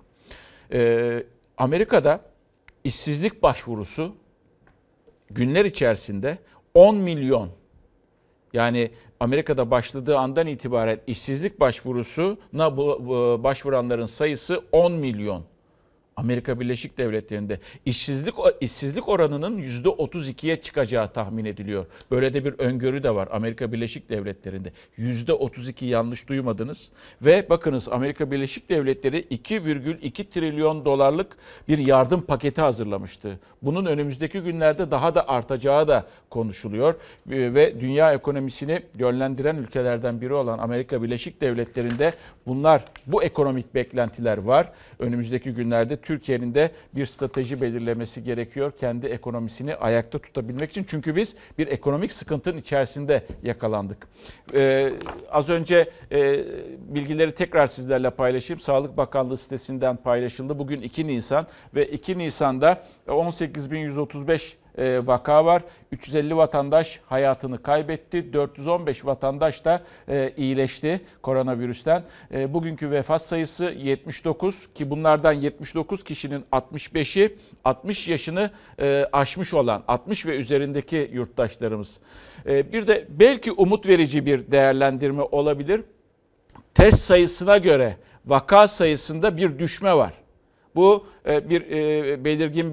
Amerika'da işsizlik başvurusu günler içerisinde 10 milyon, yani Amerika'da başladığı andan itibaren işsizlik başvurusuna başvuranların sayısı 10 milyon. Amerika Birleşik Devletleri'nde işsizlik oranının %32'ye çıkacağı tahmin ediliyor. Böyle de bir öngörü de var Amerika Birleşik Devletleri'nde. %32, yanlış duymadınız. Ve bakınız, Amerika Birleşik Devletleri 2,2 trilyon dolarlık bir yardım paketi hazırlamıştı. Bunun önümüzdeki günlerde daha da artacağı da konuşuluyor. Ve dünya ekonomisini yönlendiren ülkelerden biri olan Amerika Birleşik Devletleri'nde bu ekonomik beklentiler var. Önümüzdeki günlerde Türkiye'nin de bir strateji belirlemesi gerekiyor kendi ekonomisini ayakta tutabilmek için. Çünkü biz bir ekonomik sıkıntının içerisinde yakalandık. Az önce bilgileri tekrar sizlerle paylaşayım. Sağlık Bakanlığı sitesinden paylaşıldı. Bugün 2 Nisan ve 2 Nisan'da 18.135 vaka var. 350 vatandaş hayatını kaybetti. 415 vatandaş da iyileşti koronavirüsten. Bugünkü vefat sayısı 79, ki bunlardan 79 kişinin 65'i 60 yaşını aşmış olan 60 ve üzerindeki yurttaşlarımız. Bir de belki umut verici bir değerlendirme olabilir. test sayısına göre vaka sayısında bir düşme var. Bu belirgin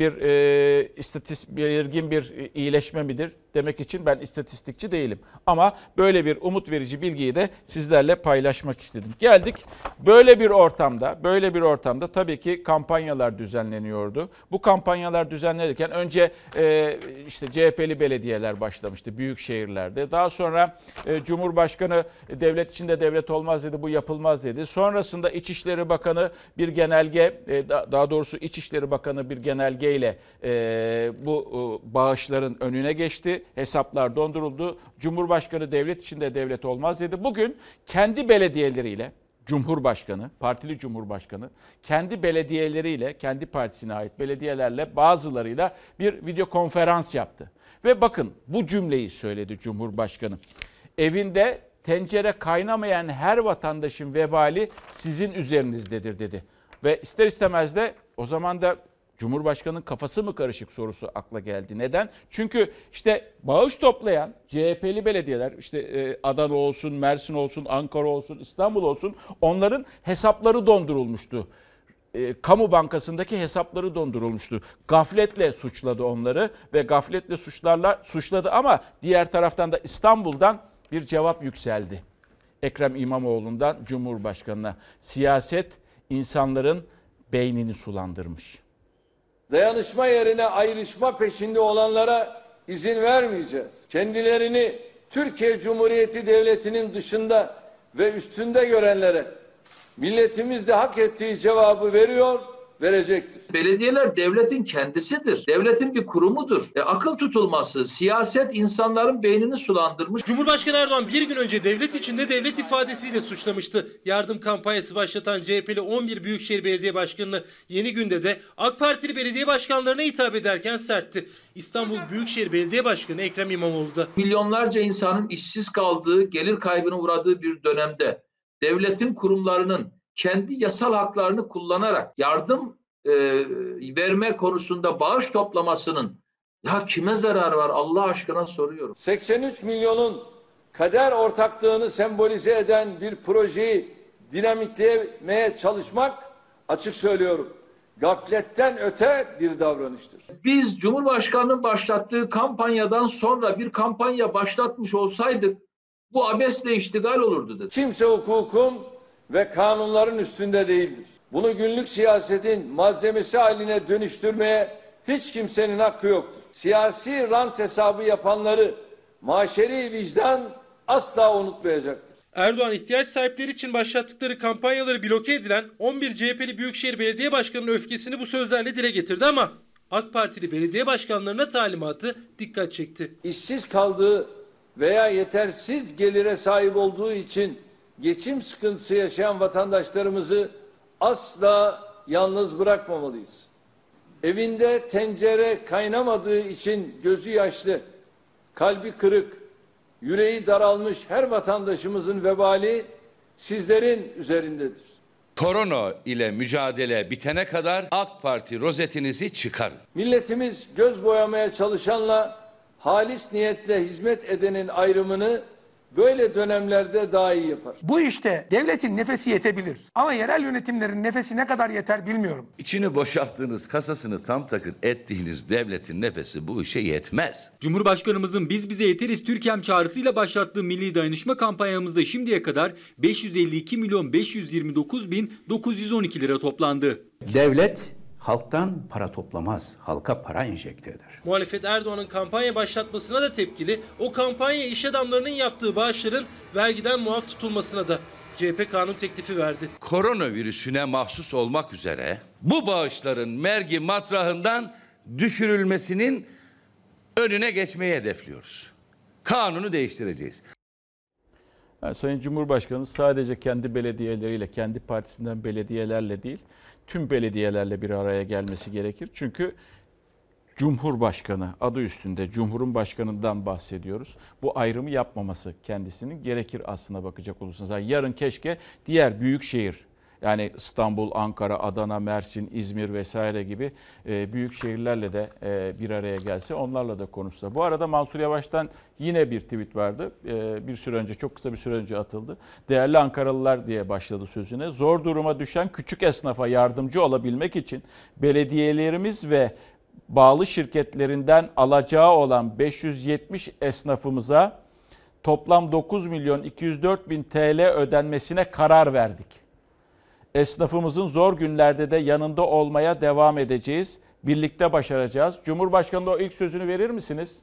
bir iyileşme midir demek için ben istatistikçi değilim. Ama böyle bir umut verici bilgiyi de sizlerle paylaşmak istedim. Geldik böyle bir ortamda tabii ki kampanyalar düzenleniyordu. Bu kampanyalar düzenlenirken önce işte CHP'li belediyeler başlamıştı büyük şehirlerde. Daha sonra Cumhurbaşkanı devlet içinde devlet olmaz dedi, bu yapılmaz dedi. Sonrasında İçişleri Bakanı bir genelge, daha doğrusu İçişleri Bakanı bir genelgeyle bu bağışların önüne geçti. Hesaplar donduruldu. Cumhurbaşkanı devlet içinde devlet olmaz dedi. Bugün kendi belediyeleriyle partili Cumhurbaşkanı kendi belediyeleriyle, kendi partisine ait belediyelerle bazılarıyla bir video konferans yaptı. Ve bakın bu cümleyi söyledi Cumhurbaşkanı. Evinde tencere kaynamayan her vatandaşın vebali sizin üzerinizdedir dedi. Ve ister istemez de o zaman da Cumhurbaşkanı'nın kafası mı karışık sorusu akla geldi. Neden? Çünkü işte bağış toplayan CHP'li belediyeler, işte Adana olsun, Mersin olsun, Ankara olsun, İstanbul olsun, onların hesapları dondurulmuştu. Kamu bankasındaki hesapları dondurulmuştu. Gafletle suçladı onları ve gafletle suçladı ama diğer taraftan da İstanbul'dan bir cevap yükseldi. Ekrem İmamoğlu'ndan Cumhurbaşkanı'na. Siyaset insanların beynini sulandırmış. Dayanışma yerine ayrışma peşinde olanlara izin vermeyeceğiz. Kendilerini Türkiye Cumhuriyeti Devleti'nin dışında ve üstünde görenlere milletimiz de hak ettiği cevabı veriyor, verecektir. Belediyeler devletin kendisidir. Devletin bir kurumudur. Akıl tutulması, siyaset insanların beynini sulandırmış. Cumhurbaşkanı Erdoğan bir gün önce devlet içinde devlet ifadesiyle suçlamıştı. Yardım kampanyası başlatan CHP'li 11 Büyükşehir Belediye Başkanı'nı Yeni Günde de AK Partili belediye başkanlarına hitap ederken sertti. İstanbul Büyükşehir Belediye Başkanı Ekrem İmamoğlu da. Milyonlarca insanın işsiz kaldığı, gelir kaybına uğradığı bir dönemde devletin kurumlarının kendi yasal haklarını kullanarak yardım verme konusunda bağış toplamasının ya kime zararı var Allah aşkına soruyorum. 83 milyonun kader ortaklığını sembolize eden bir projeyi dinamitlemeye çalışmak, açık söylüyorum, gafletten öte bir davranıştır. Biz Cumhurbaşkanı'nın başlattığı kampanyadan sonra bir kampanya başlatmış olsaydık bu abesle iştigal olurdu dedi. Kimse hukukun ve kanunların üstünde değildir. Bunu günlük siyasetin malzemesi haline dönüştürmeye hiç kimsenin hakkı yoktur. Siyasi rant hesabı yapanları maşeri vicdan asla unutmayacaktır. Erdoğan ihtiyaç sahipleri için başlattıkları kampanyaları bloke edilen 11 CHP'li Büyükşehir Belediye Başkanı'nın öfkesini bu sözlerle dile getirdi ama AK Partili belediye başkanlarına talimatı dikkat çekti. İşsiz kaldığı veya yetersiz gelire sahip olduğu için geçim sıkıntısı yaşayan vatandaşlarımızı asla yalnız bırakmamalıyız. Evinde tencere kaynamadığı için gözü yaşlı, kalbi kırık, yüreği daralmış her vatandaşımızın vebali sizlerin üzerindedir. Korona ile mücadele bitene kadar AK Parti rozetinizi çıkarın. Milletimiz göz boyamaya çalışanla halis niyetle hizmet edenin ayrımını böyle dönemlerde daha iyi yapar. Bu işte devletin nefesi yetebilir. Ama yerel yönetimlerin nefesi ne kadar yeter bilmiyorum. İçini boşalttığınız, kasasını tam takır ettiğiniz devletin nefesi bu işe yetmez. Cumhurbaşkanımızın Biz Bize Yeteriz Türkiye'm çağrısıyla başlattığı milli dayanışma kampanyamızda şimdiye kadar 552.529.912 lira toplandı. Devlet halktan para toplamaz, halka para enjekte eder. Muhalefet Erdoğan'ın kampanya başlatmasına da tepkili, o kampanya iş adamlarının yaptığı bağışların vergiden muaf tutulmasına da CHP kanun teklifi verdi. Koronavirüsüne mahsus olmak üzere bu bağışların vergi matrahından düşürülmesinin önüne geçmeyi hedefliyoruz. Kanunu değiştireceğiz. Yani Sayın Cumhurbaşkanı sadece kendi belediyeleriyle, kendi partisinden belediyelerle değil, tüm belediyelerle bir araya gelmesi gerekir. Çünkü Cumhurbaşkanı adı üstünde, Cumhur'un başkanından bahsediyoruz. Bu ayrımı yapmaması kendisinin gerekir aslına bakacak olursanız. Yani yarın keşke diğer büyükşehir Yani İstanbul, Ankara, Adana, Mersin, İzmir vesaire gibi büyük şehirlerle de bir araya gelse, onlarla da konuşsa. Bu arada Mansur Yavaş'tan yine bir tweet vardı. Bir süre önce, çok kısa bir süre önce atıldı. Değerli Ankaralılar diye başladı sözüne. Zor duruma düşen küçük esnafa yardımcı olabilmek için belediyelerimiz ve bağlı şirketlerinden alacağı olan 570 esnafımıza toplam 9 milyon 204 bin TL ödenmesine karar verdik. Esnafımızın zor günlerde de yanında olmaya devam edeceğiz. Birlikte başaracağız. Cumhurbaşkanı o ilk sözünü verir misiniz?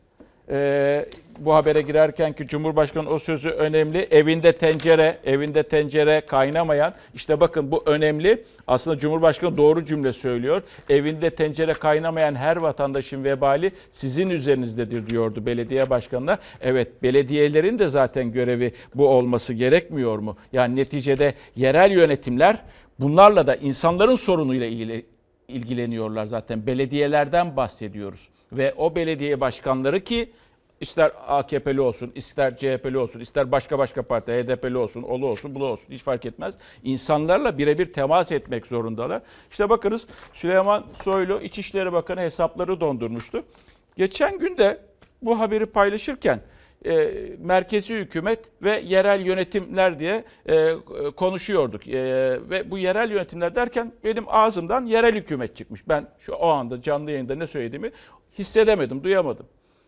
Bu habere girerken ki Cumhurbaşkanı o sözü önemli. Evinde tencere kaynamayan. İşte bakın bu önemli. Aslında Cumhurbaşkanı doğru cümle söylüyor. Evinde tencere kaynamayan her vatandaşın vebali sizin üzerinizdedir diyordu belediye başkanına. Evet, belediyelerin de zaten görevi bu olması gerekmiyor mu? Yani neticede yerel yönetimler bunlarla da insanların sorunuyla ilgileniyorlar zaten. Belediyelerden bahsediyoruz. Ve o belediye başkanları ki ister AKP'li olsun, ister CHP'li olsun, ister başka parti, HDP'li olsun, olu olsun, bulu olsun hiç fark etmez. İnsanlarla birebir temas etmek zorundalar. İşte bakınız Süleyman Soylu İçişleri Bakanı hesapları dondurmuştu. Geçen gün de bu haberi paylaşırken merkezi hükümet ve yerel yönetimler diye konuşuyorduk. Ve bu yerel yönetimler derken benim ağzımdan yerel hükümet çıkmış. Ben o anda canlı yayında ne söylediğimi hissedemedim, duyamadım.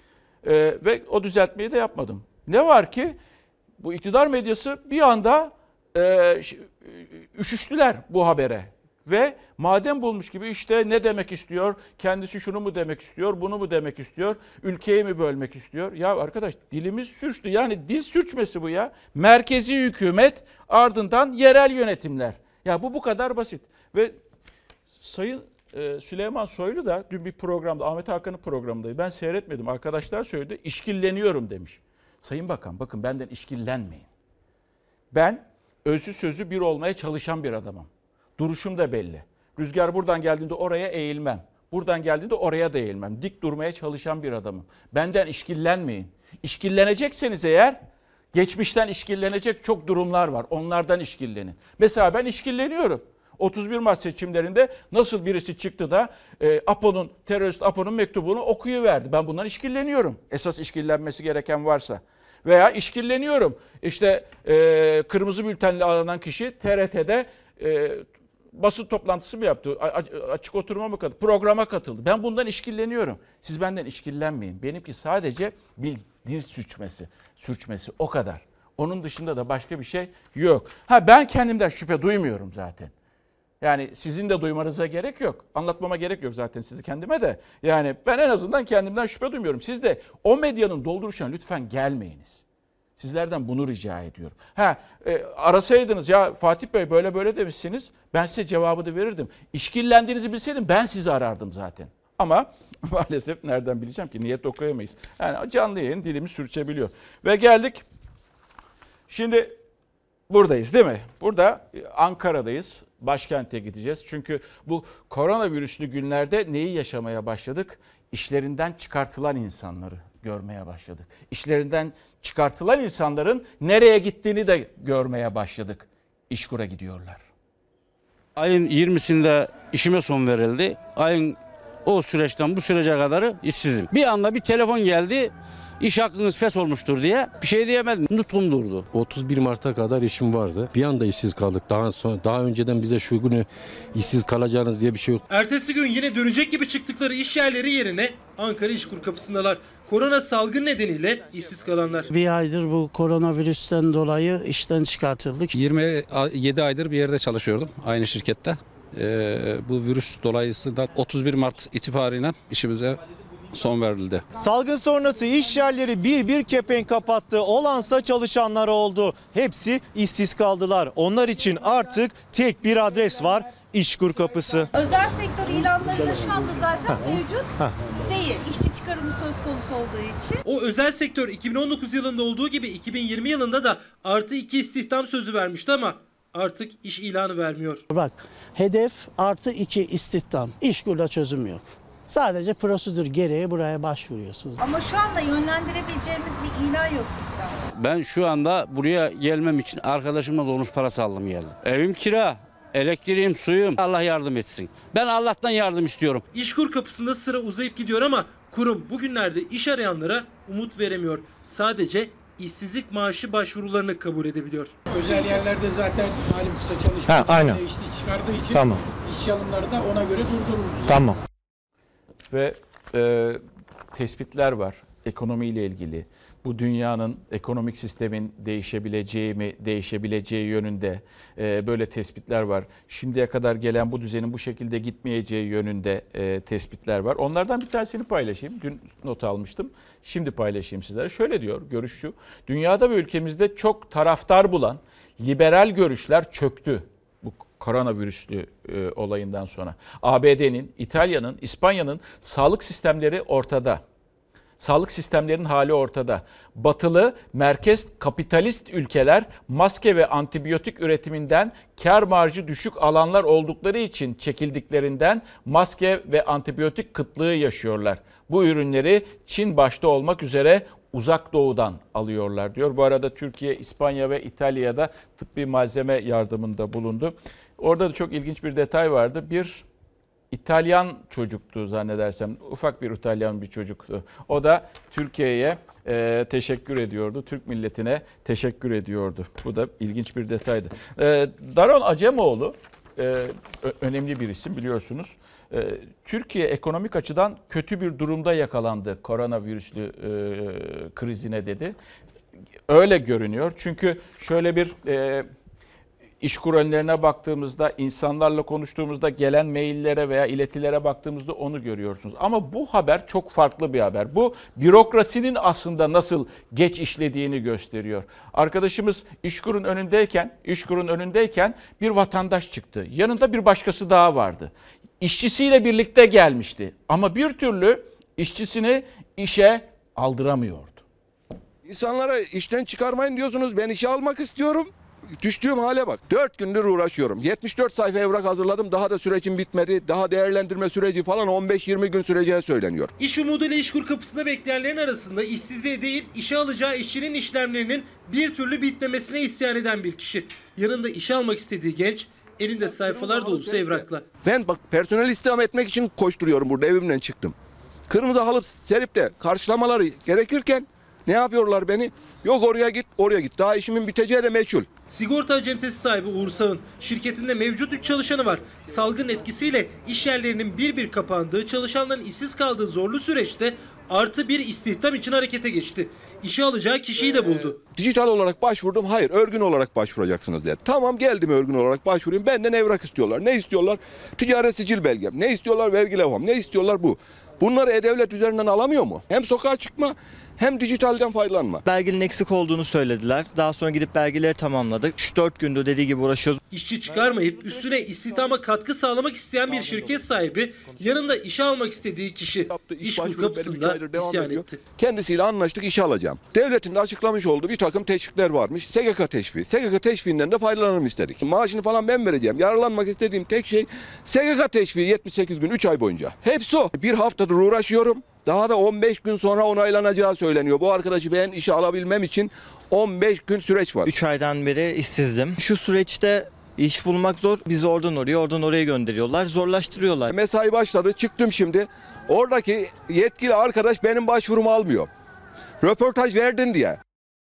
Ve o düzeltmeyi de yapmadım. Ne var ki bu iktidar medyası bir anda üşüştüler bu habere. Ve madem bulmuş gibi işte ne demek istiyor? Kendisi şunu mu demek istiyor? Bunu mu demek istiyor? Ülkeyi mi bölmek istiyor? Ya arkadaş dilimiz sürçtü. Yani dil sürçmesi bu ya. Merkezi hükümet, ardından yerel yönetimler. Ya bu kadar basit. Ve Sayın Süleyman Soylu da dün bir programda, Ahmet Hakan'ın programındaydı. Ben seyretmedim. Arkadaşlar söyledi. İşkilleniyorum demiş. Sayın Bakan bakın benden işkillenmeyin. Ben özü sözü bir olmaya çalışan bir adamım. Duruşum da belli. Rüzgar buradan geldiğinde oraya eğilmem. Buradan geldiğinde oraya da eğilmem. Dik durmaya çalışan bir adamım. Benden işkillenmeyin. İşkillenecekseniz eğer geçmişten işkillenecek çok durumlar var. Onlardan işkillenin. Mesela ben işkilleniyorum. 31 Mart seçimlerinde nasıl birisi çıktı da terörist Apo'nun mektubunu okuyuverdi. Ben bundan işkilleniyorum. Esas işkillenmesi gereken varsa. Veya işkilleniyorum. İşte kırmızı bültenle aranan kişi TRT'de basın toplantısı mı yaptı? Açık oturuma mı katıldı? Programa katıldı. Ben bundan işkilleniyorum. Siz benden işkillenmeyin. Benimki sadece bir dil sürçmesi o kadar. Onun dışında da başka bir şey yok. Ben kendimden şüphe duymuyorum zaten. Yani sizin de duymanıza gerek yok. Anlatmama gerek yok zaten sizi kendime de. Yani ben en azından kendimden şüphe duymuyorum. Siz de o medyanın dolduruşuna lütfen gelmeyiniz. Sizlerden bunu rica ediyorum. Arasaydınız ya Fatih Bey böyle demişsiniz. Ben size cevabı da verirdim. İşkillendiğinizi bilseydim ben sizi arardım zaten. Ama maalesef nereden bileceğim ki niyet okuyamayız. Yani canlı yayın dilimiz sürçebiliyor. Ve geldik. Şimdi buradayız değil mi? Burada Ankara'dayız. Başkente gideceğiz. Çünkü bu koronavirüslü günlerde neyi yaşamaya başladık? İşlerinden çıkartılan insanları görmeye başladık. İşlerinden çıkartılan insanların nereye gittiğini de görmeye başladık. İşkur'a gidiyorlar. Ayın 20'sinde işime son verildi. Ayın o süreçten bu sürece kadar işsizim. Bir anda bir telefon geldi. İş hakkınız fes olmuştur diye bir şey diyemedim. Nutkum durdu. 31 Mart'a kadar işim vardı. Bir anda işsiz kaldık. Daha önceden bize şu günü işsiz kalacağınız diye bir şey yok. Ertesi gün yine dönecek gibi çıktıkları iş yerleri yerine Ankara İşkur kapısındalar. Korona salgın nedeniyle işsiz kalanlar. Bir aydır bu koronavirüsten dolayı işten çıkartıldık. 27 aydır bir yerde çalışıyordum aynı şirkette. Bu virüs dolayısıyla 31 Mart itibariyle işimize son verildi. Salgın sonrası iş yerleri bir kepenk kapattı. Olansa çalışanlar oldu. Hepsi işsiz kaldılar. Onlar için artık tek bir adres var. İşkur kapısı. Özel sektör ilanlarıyla şu anda zaten mevcut değil. İşçi çıkarımı söz konusu olduğu için. O özel sektör 2019 yılında olduğu gibi 2020 yılında da +2 istihdam sözü vermişti ama artık iş ilanı vermiyor. Bak hedef +2 istihdam. İşkur'da çözüm yok. Sadece prosedür gereği buraya başvuruyorsunuz. Ama şu anda yönlendirebileceğimiz bir ilan yok sistemde. Ben şu anda buraya gelmem için arkadaşımla dolmuş parası aldım geldim. Evim kira. Elektriğim, suyum. Allah yardım etsin. Ben Allah'tan yardım istiyorum. İşkur kapısında sıra uzayıp gidiyor ama kurum bugünlerde iş arayanlara umut veremiyor. Sadece işsizlik maaşı başvurularını kabul edebiliyor. Özel yerlerde zaten malum kısa çalışma aynen. işçi çıkardığı için Tamam. iş alımları da ona göre durduruldu. Tamam. Ve tespitler var ekonomiyle ilgili. Bu dünyanın ekonomik sistemin değişebileceği yönünde böyle tespitler var. Şimdiye kadar gelen bu düzenin bu şekilde gitmeyeceği yönünde tespitler var. Onlardan bir tanesini paylaşayım. Dün not almıştım. Şimdi paylaşayım sizlere. Şöyle diyor, görüş şu. Dünyada ve ülkemizde çok taraftar bulan liberal görüşler çöktü. Bu koronavirüslü olayından sonra. ABD'nin, İtalya'nın, İspanya'nın sağlık sistemleri ortada. Sağlık sistemlerinin hali ortada. Batılı, merkez kapitalist ülkeler maske ve antibiyotik üretiminden kar marjı düşük alanlar oldukları için çekildiklerinden maske ve antibiyotik kıtlığı yaşıyorlar. Bu ürünleri Çin başta olmak üzere Uzak Doğu'dan alıyorlar diyor. Bu arada Türkiye, İspanya ve İtalya'da tıbbi malzeme yardımında bulundu. Orada da çok ilginç bir detay vardı. Bir İtalyan çocuktu zannedersem. Ufak bir İtalyan bir çocuktu. O da Türkiye'ye teşekkür ediyordu. Türk milletine teşekkür ediyordu. Bu da ilginç bir detaydı. Daron Acemoğlu önemli bir isim biliyorsunuz. Türkiye ekonomik açıdan kötü bir durumda yakalandı koronavirüslü krizine dedi. Öyle görünüyor. Çünkü şöyle bir İşkur önlerine baktığımızda, insanlarla konuştuğumuzda gelen maillere veya iletilere baktığımızda onu görüyorsunuz. Ama bu haber çok farklı bir haber. Bu bürokrasinin aslında nasıl geç işlediğini gösteriyor. Arkadaşımız İşkur'un önündeyken bir vatandaş çıktı. Yanında bir başkası daha vardı. İşçisiyle birlikte gelmişti ama bir türlü işçisini işe aldıramıyordu. İnsanlara işten çıkarmayın diyorsunuz. Ben işe almak istiyorum. Düştüğüm hale bak. 4 gündür uğraşıyorum. 74 sayfa evrak hazırladım. Daha da sürecim bitmedi. Daha değerlendirme süreci falan 15-20 gün süreceği söyleniyor. İş umuduyla İşkur kapısında bekleyenlerin arasında işsizliğe değil işe alacağı işçinin işlemlerinin bir türlü bitmemesine isyan eden bir kişi. Yanında işe almak istediği genç, elinde sayfalar dolusu evrakla. Ben bak personel istihdam etmek için koşturuyorum burada, evimden çıktım. Kırmızı halı serip de karşılamaları gerekirken ne yapıyorlar beni? Yok oraya git, oraya git. Daha işimin biteceği de meçhul. Sigorta acentesi sahibi Uğur Sağ'ın şirketinde mevcut 3 çalışanı var. Salgın etkisiyle iş yerlerinin bir kapandığı, çalışanların işsiz kaldığı zorlu süreçte artı bir istihdam için harekete geçti. İşe alacağı kişiyi de buldu. Dijital olarak başvurdum. Hayır, örgün olarak başvuracaksınız dedi. Tamam, geldim örgün olarak başvurayım. Benden evrak istiyorlar. Ne istiyorlar? Ticaret sicil belgem. Ne istiyorlar? Vergi levham. Ne istiyorlar? Bu. Bunları E-Devlet üzerinden alamıyor mu? Hem sokağa çıkma hem dijitalden faydalanma. Belgenin eksik olduğunu söylediler. Daha sonra gidip belgeleri tamamladık. 3-4 gündür dediği gibi uğraşıyoruz. İşçi çıkarmayıp üstüne istihdama katkı sağlamak isteyen bir şirket sahibi yanında işe almak istediği kişi İşkur kapısında isyan etti. Kendisiyle anlaştık, işe alacağım. Devletin de açıklamış olduğu bir takım teşvikler varmış. SGK teşviği. SGK teşviğinden de faydalanırım istedik. Maaşını falan ben vereceğim. Yararlanmak istediğim tek şey SGK teşviği 78 gün 3 ay boyunca. Hepsi o. Bir haftadır uğraşıyorum. Daha da 15 gün sonra onaylanacağı söyleniyor. Bu arkadaşı ben işe alabilmem için 15 gün süreç var. 3 aydan beri işsizdim. Şu süreçte iş bulmak zor. Bizi oradan oraya gönderiyorlar. Zorlaştırıyorlar. Mesai başladı. Çıktım şimdi. Oradaki yetkili arkadaş benim başvurumu almıyor. Röportaj verdin diye.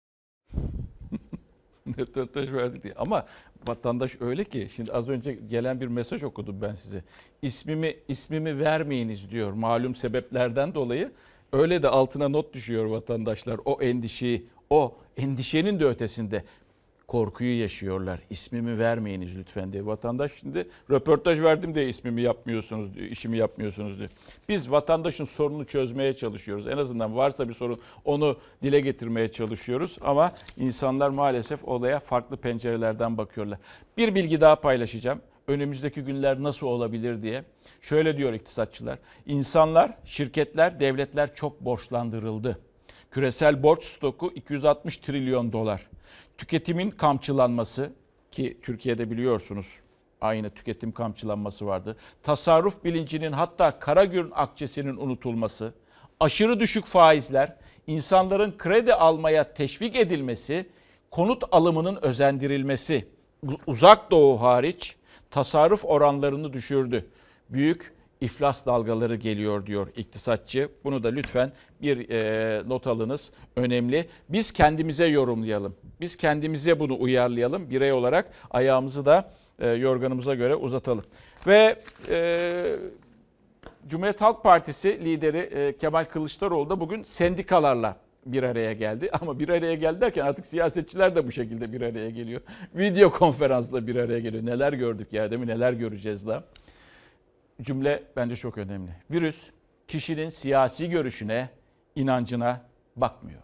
Röportaj verdik diye. Ama vatandaş öyle ki, şimdi az önce gelen bir mesaj okudum ben size. İsmimi vermeyiniz diyor malum sebeplerden dolayı. Öyle de altına not düşüyor vatandaşlar. O endişenin de ötesinde korkuyu yaşıyorlar. İsmimi vermeyiniz lütfen diye. Vatandaş şimdi röportaj verdim diye ismimi yapmıyorsunuz diyor, işimi yapmıyorsunuz diyor. Biz vatandaşın sorununu çözmeye çalışıyoruz. En azından varsa bir sorun onu dile getirmeye çalışıyoruz. Ama insanlar maalesef olaya farklı pencerelerden bakıyorlar. Bir bilgi daha paylaşacağım. Önümüzdeki günler nasıl olabilir diye. Şöyle diyor iktisatçılar. İnsanlar, şirketler, devletler çok borçlandırıldı. Küresel borç stoku 260 trilyon dolar. Tüketimin kamçılanması, ki Türkiye'de biliyorsunuz aynı tüketim kamçılanması vardı. Tasarruf bilincinin, hatta kara gün akçesinin unutulması, aşırı düşük faizler, insanların kredi almaya teşvik edilmesi, konut alımının özendirilmesi, Uzak Doğu hariç tasarruf oranlarını düşürdü. Büyük iflas dalgaları geliyor diyor iktisatçı. Bunu da lütfen bir not alınız. Önemli. Biz kendimize yorumlayalım. Biz kendimize bunu uyarlayalım. Birey olarak ayağımızı da yorganımıza göre uzatalım. Ve Cumhuriyet Halk Partisi lideri Kemal Kılıçdaroğlu da bugün sendikalarla bir araya geldi. Ama bir araya geldi derken artık siyasetçiler de bu şekilde bir araya geliyor. Video konferansla bir araya geliyor. Neler gördük ya, değil mi? Neler göreceğiz daha. Cümle bence çok önemli. Virüs kişinin siyasi görüşüne, inancına bakmıyor.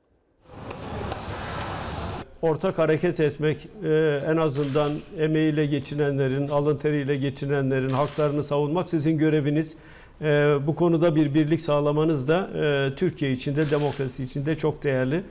Ortak hareket etmek, en azından emeğiyle geçinenlerin, alın teriyle geçinenlerin haklarını savunmak sizin göreviniz. Bu konuda bir birlik sağlamanız da Türkiye için de demokrasi için de çok değerli.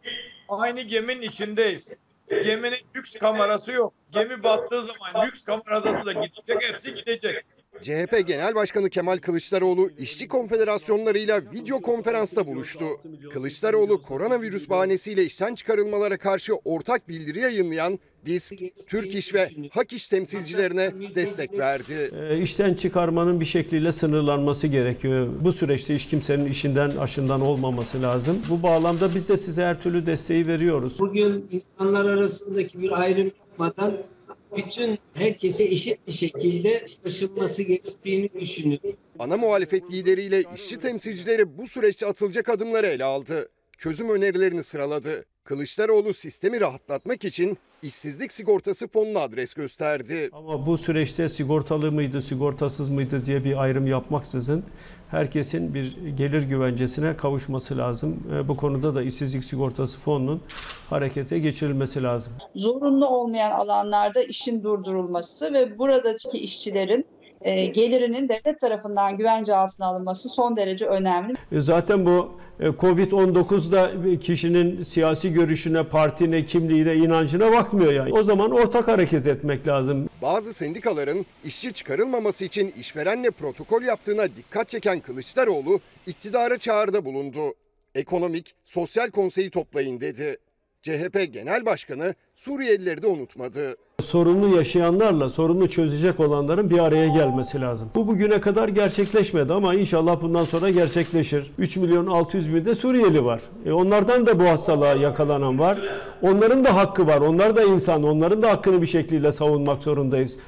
Aynı geminin içindeyiz. Geminin lüks kamerası yok. Gemi battığı zaman lüks kamerası da gidecek, hepsi gidecek. CHP Genel Başkanı Kemal Kılıçdaroğlu işçi konfederasyonlarıyla video konferansta buluştu. Kılıçdaroğlu koronavirüs bahanesiyle işten çıkarılmalara karşı ortak bildiri yayınlayan DİSK, Türk İş ve Hak İş temsilcilerine destek verdi. İşten çıkarmanın bir şekliyle sınırlanması gerekiyor. Bu süreçte hiç kimsenin işinden aşından olmaması lazım. Bu bağlamda biz de size her türlü desteği veriyoruz. Bugün insanlar arasındaki bir ayrım yapmadan bütün herkese eşit bir şekilde taşınması gerektiğini düşünüyorum. Ana muhalefet lideriyle işçi temsilcileri bu süreçte atılacak adımları ele aldı. Çözüm önerilerini sıraladı. Kılıçdaroğlu sistemi rahatlatmak için işsizlik sigortası fonuna adres gösterdi. Ama bu süreçte sigortalı mıydı, sigortasız mıydı diye bir ayrım yapmaksızın herkesin bir gelir güvencesine kavuşması lazım. Bu konuda da işsizlik sigortası fonunun harekete geçirilmesi lazım. Zorunlu olmayan alanlarda işin durdurulması ve buradaki işçilerin gelirinin devlet tarafından güvence altına alınması son derece önemli. Zaten bu Covid-19'da kişinin siyasi görüşüne, partine, kimliğine, inancına bakmıyor yani. O zaman ortak hareket etmek lazım. Bazı sendikaların işçi çıkarılmaması için işverenle protokol yaptığına dikkat çeken Kılıçdaroğlu iktidara çağrıda bulundu. Ekonomik, sosyal konseyi toplayın dedi. CHP Genel Başkanı Suriyelileri de unutmadı. Sorunlu yaşayanlarla sorunu çözecek olanların bir araya gelmesi lazım. Bu bugüne kadar gerçekleşmedi ama inşallah bundan sonra gerçekleşir. 3.600.000 de Suriyeli var. Onlardan da bu hastalığa yakalanan var. Onların da hakkı var. Onlar da insan. Onların da hakkını bir şekilde savunmak zorundayız.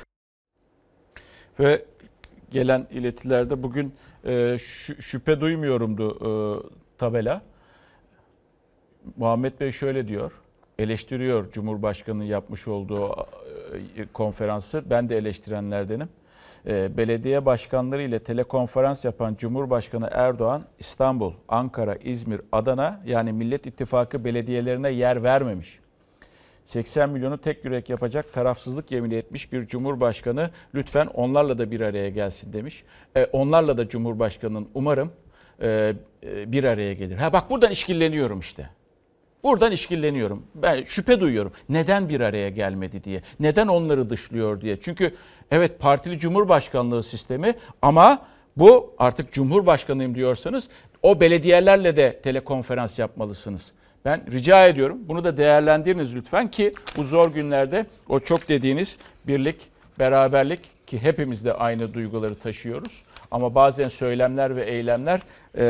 Ve gelen iletilerde bugün şüphe duymuyorumdu tabela. Muhammed Bey şöyle diyor, eleştiriyor Cumhurbaşkanı'nın yapmış olduğu konferansı. Ben de eleştirenlerdenim. Belediye başkanları ile telekonferans yapan Cumhurbaşkanı Erdoğan, İstanbul, Ankara, İzmir, Adana yani Millet İttifakı belediyelerine yer vermemiş. 80 milyonu tek yürek yapacak tarafsızlık yemin etmiş bir Cumhurbaşkanı lütfen onlarla da bir araya gelsin demiş. Onlarla da Cumhurbaşkanı'nın umarım bir araya gelir. Ha bak buradan işkilleniyorum işte. Buradan işkilleniyorum. Ben şüphe duyuyorum. Neden bir araya gelmedi diye. Neden onları dışlıyor diye. Çünkü evet partili cumhurbaşkanlığı sistemi ama bu artık cumhurbaşkanıyım diyorsanız o belediyelerle de telekonferans yapmalısınız. Ben rica ediyorum bunu da değerlendiriniz lütfen ki bu zor günlerde o çok dediğiniz birlik, beraberlik ki hepimiz de aynı duyguları taşıyoruz. Ama bazen söylemler ve eylemler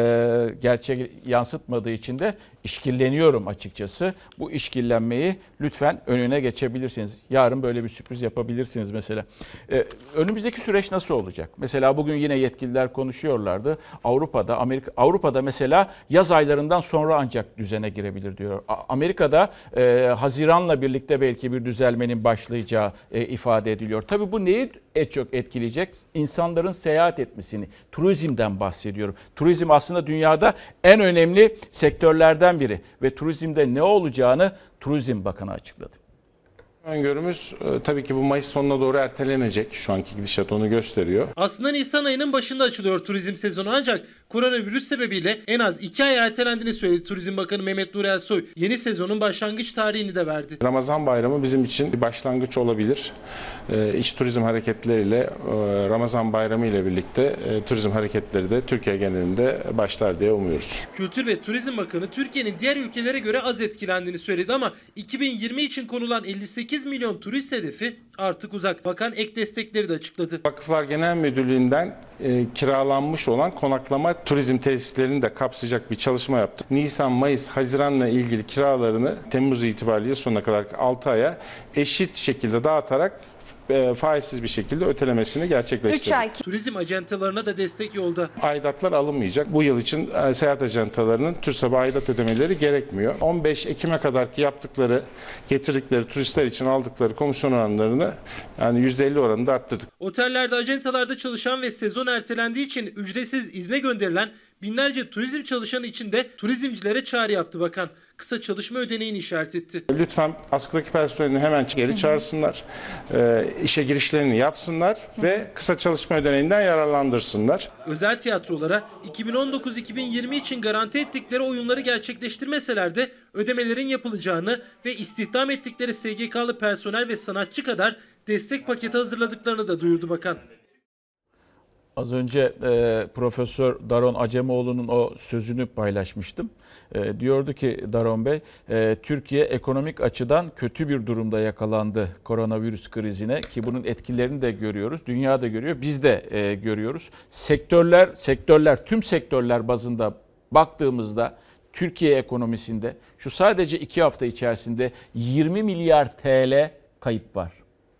gerçeği yansıtmadığı için de işkilleniyorum açıkçası. Bu işkillenmeyi lütfen önüne geçebilirsiniz. Yarın böyle bir sürpriz yapabilirsiniz mesela. Önümüzdeki süreç nasıl olacak? Mesela bugün yine yetkililer konuşuyorlardı. Avrupa'da mesela yaz aylarından sonra ancak düzene girebilir diyor. Amerika'da Haziran'la birlikte belki bir düzelmenin başlayacağı ifade ediliyor. Tabii bu neyi çok etkileyecek? İnsanların seyahat etmesini, turizmden bahsediyorum. Turizm aslında dünyada en önemli sektörlerden biri ve turizmde ne olacağını Turizm Bakanı açıkladı. Öngörümüz tabii ki bu Mayıs sonuna doğru ertelenecek. Şu anki gidişat onu gösteriyor. Aslında Nisan ayının başında açılıyor turizm sezonu ancak koronavirüs sebebiyle en az 2 ay ertelendiğini söyledi Turizm Bakanı Mehmet Nur Ersoy. Yeni sezonun başlangıç tarihini de verdi. Ramazan bayramı bizim için bir başlangıç olabilir. İç turizm hareketleriyle Ramazan bayramı ile birlikte turizm hareketleri de Türkiye genelinde başlar diye umuyoruz. Kültür ve Turizm Bakanı Türkiye'nin diğer ülkelere göre az etkilendiğini söyledi ama 2020 için konulan 58 8 milyon turist hedefi artık uzak. Bakan ek destekleri de açıkladı. Vakıflar Genel Müdürlüğü'nden kiralanmış olan konaklama turizm tesislerini de kapsayacak bir çalışma yaptık. Nisan, Mayıs, Haziran'la ilgili kiralarını Temmuz itibariyle sonuna kadar 6 aya eşit şekilde dağıtarak faizsiz bir şekilde ötelemesini gerçekleştirdik. Turizm ajantalarına da destek yolda. Aidatlar alınmayacak. Bu yıl için seyahat ajantalarının TÜRSAB'a aidat ödemeleri gerekmiyor. 15 Ekim'e kadarki getirdikleri turistler için aldıkları komisyon oranlarını yani %50 oranında arttırdık. Otellerde, ajantalarda çalışan ve sezon ertelendiği için ücretsiz izne gönderilen binlerce turizm çalışanı için de turizmcilere çağrı yaptı bakan. Kısa çalışma ödeneğini işaret etti. Lütfen askıdaki personelini hemen geri çağırsınlar, işe girişlerini yapsınlar ve kısa çalışma ödeneğinden yararlandırsınlar. Özel tiyatrolara 2019-2020 için garanti ettikleri oyunları gerçekleştirmeseler de ödemelerin yapılacağını ve istihdam ettikleri SGK'lı personel ve sanatçı kadar destek paketi hazırladıklarını da duyurdu bakan. Az önce Profesör Daron Acemoğlu'nun o sözünü paylaşmıştım. Diyordu ki Daron Bey, Türkiye ekonomik açıdan kötü bir durumda yakalandı koronavirüs krizine ki bunun etkilerini de görüyoruz. Dünya da görüyor, biz de görüyoruz. Tüm sektörler bazında baktığımızda Türkiye ekonomisinde şu sadece 2 hafta içerisinde 20 milyar TL kayıp var.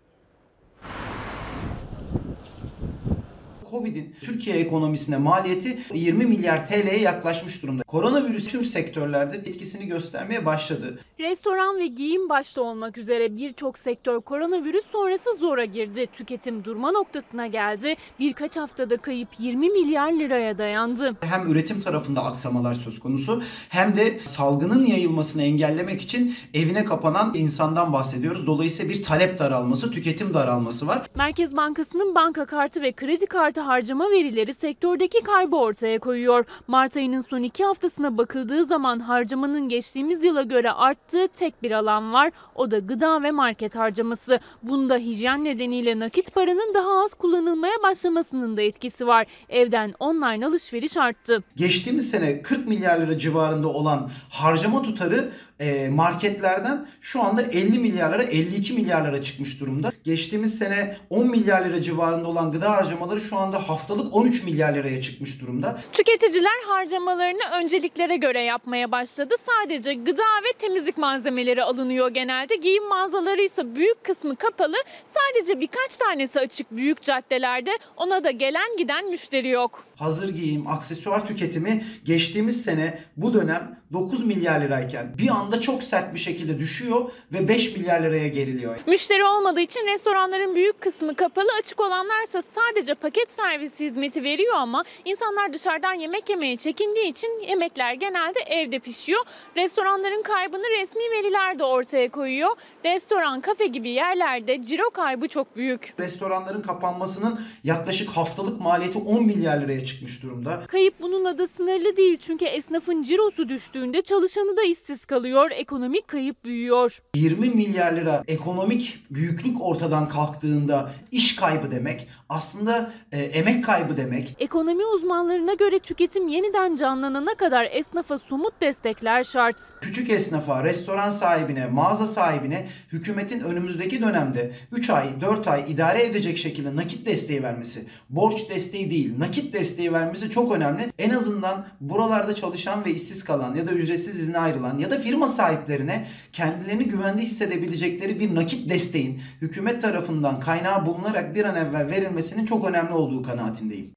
Covid'in Türkiye ekonomisine maliyeti 20 milyar TL'ye yaklaşmış durumda. Koronavirüs tüm sektörlerde etkisini göstermeye başladı. Restoran ve giyim başta olmak üzere birçok sektör koronavirüs sonrası zora girdi. Tüketim durma noktasına geldi. Birkaç haftada kayıp 20 milyar liraya dayandı. Hem üretim tarafında aksamalar söz konusu hem de salgının yayılmasını engellemek için evine kapanan insandan bahsediyoruz. Dolayısıyla bir talep daralması, tüketim daralması var. Merkez Bankası'nın banka kartı ve kredi kartı harcama verileri sektördeki kaybı ortaya koyuyor. Mart ayının son 2 haftasına bakıldığı zaman harcamanın geçtiğimiz yıla göre arttığı tek bir alan var. O da gıda ve market harcaması. Bunda hijyen nedeniyle nakit paranın daha az kullanılmaya başlamasının da etkisi var. Evden online alışveriş arttı. Geçtiğimiz sene 40 milyar lira civarında olan harcama tutarı marketlerden şu anda 50 milyarlara 52 milyarlara çıkmış durumda. Geçtiğimiz sene 10 milyar lira civarında olan gıda harcamaları şu anda haftalık 13 milyar liraya çıkmış durumda. Tüketiciler harcamalarını önceliklere göre yapmaya başladı. Sadece gıda ve temizlik malzemeleri alınıyor genelde. Giyim mağazaları ise büyük kısmı kapalı. Sadece birkaç tanesi açık büyük caddelerde. Ona da gelen giden müşteri yok. Hazır giyim, aksesuar tüketimi geçtiğimiz sene bu dönem 9 milyar lirayken bir anda çok sert bir şekilde düşüyor ve 5 milyar liraya geriliyor. Müşteri olmadığı için restoranların büyük kısmı kapalı, açık olanlarsa sadece paket servisi hizmeti veriyor ama insanlar dışarıdan yemek yemeye çekindiği için yemekler genelde evde pişiyor. Restoranların kaybını resmi veriler de ortaya koyuyor. Restoran, kafe gibi yerlerde ciro kaybı çok büyük. Restoranların kapanmasının yaklaşık haftalık maliyeti 10 milyar liraya çıkmış durumda. Kayıp bununla da sınırlı değil çünkü esnafın cirosu düştüğünde çalışanı da işsiz kalıyor, ekonomik kayıp büyüyor. 20 milyar lira ekonomik büyüklük ortadan kalktığında iş kaybı demek, aslında emek kaybı demek. Ekonomi uzmanlarına göre tüketim yeniden canlanana kadar esnafa somut destekler şart. Küçük esnafa, restoran sahibine, mağaza sahibine hükümetin önümüzdeki dönemde 3 ay, 4 ay idare edecek şekilde nakit desteği vermesi, borç desteği değil, nakit desteği vermesi çok önemli. En azından buralarda çalışan ve işsiz kalan ya da ücretsiz izne ayrılan ya da firma sahiplerine kendilerini güvende hissedebilecekleri bir nakit desteğin hükümet tarafından kaynağı bulunarak bir an evvel verilmesinin çok önemli olduğu kanaatindeyim.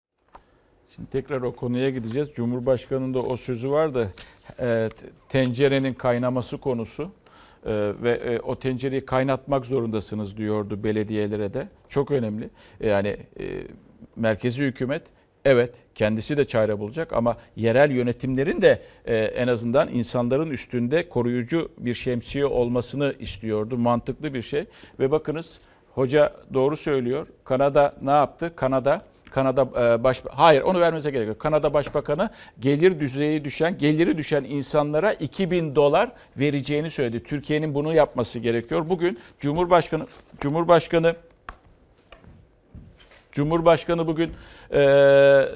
Şimdi tekrar o konuya gideceğiz. Cumhurbaşkanı'nın da o sözü vardı. Tencerenin kaynaması konusu ve o tencereyi kaynatmak zorundasınız diyordu belediyelere de. Çok önemli. Yani merkezi hükümet evet kendisi de çare bulacak ama yerel yönetimlerin de en azından insanların üstünde koruyucu bir şemsiye olmasını istiyordu. Mantıklı bir şey ve bakınız hoca doğru söylüyor. Kanada ne yaptı? Kanada hayır onu vermenize gerek yok. Kanada Başbakanı geliri düşen insanlara $2.000 vereceğini söyledi. Türkiye'nin bunu yapması gerekiyor. Bugün Cumhurbaşkanı bugün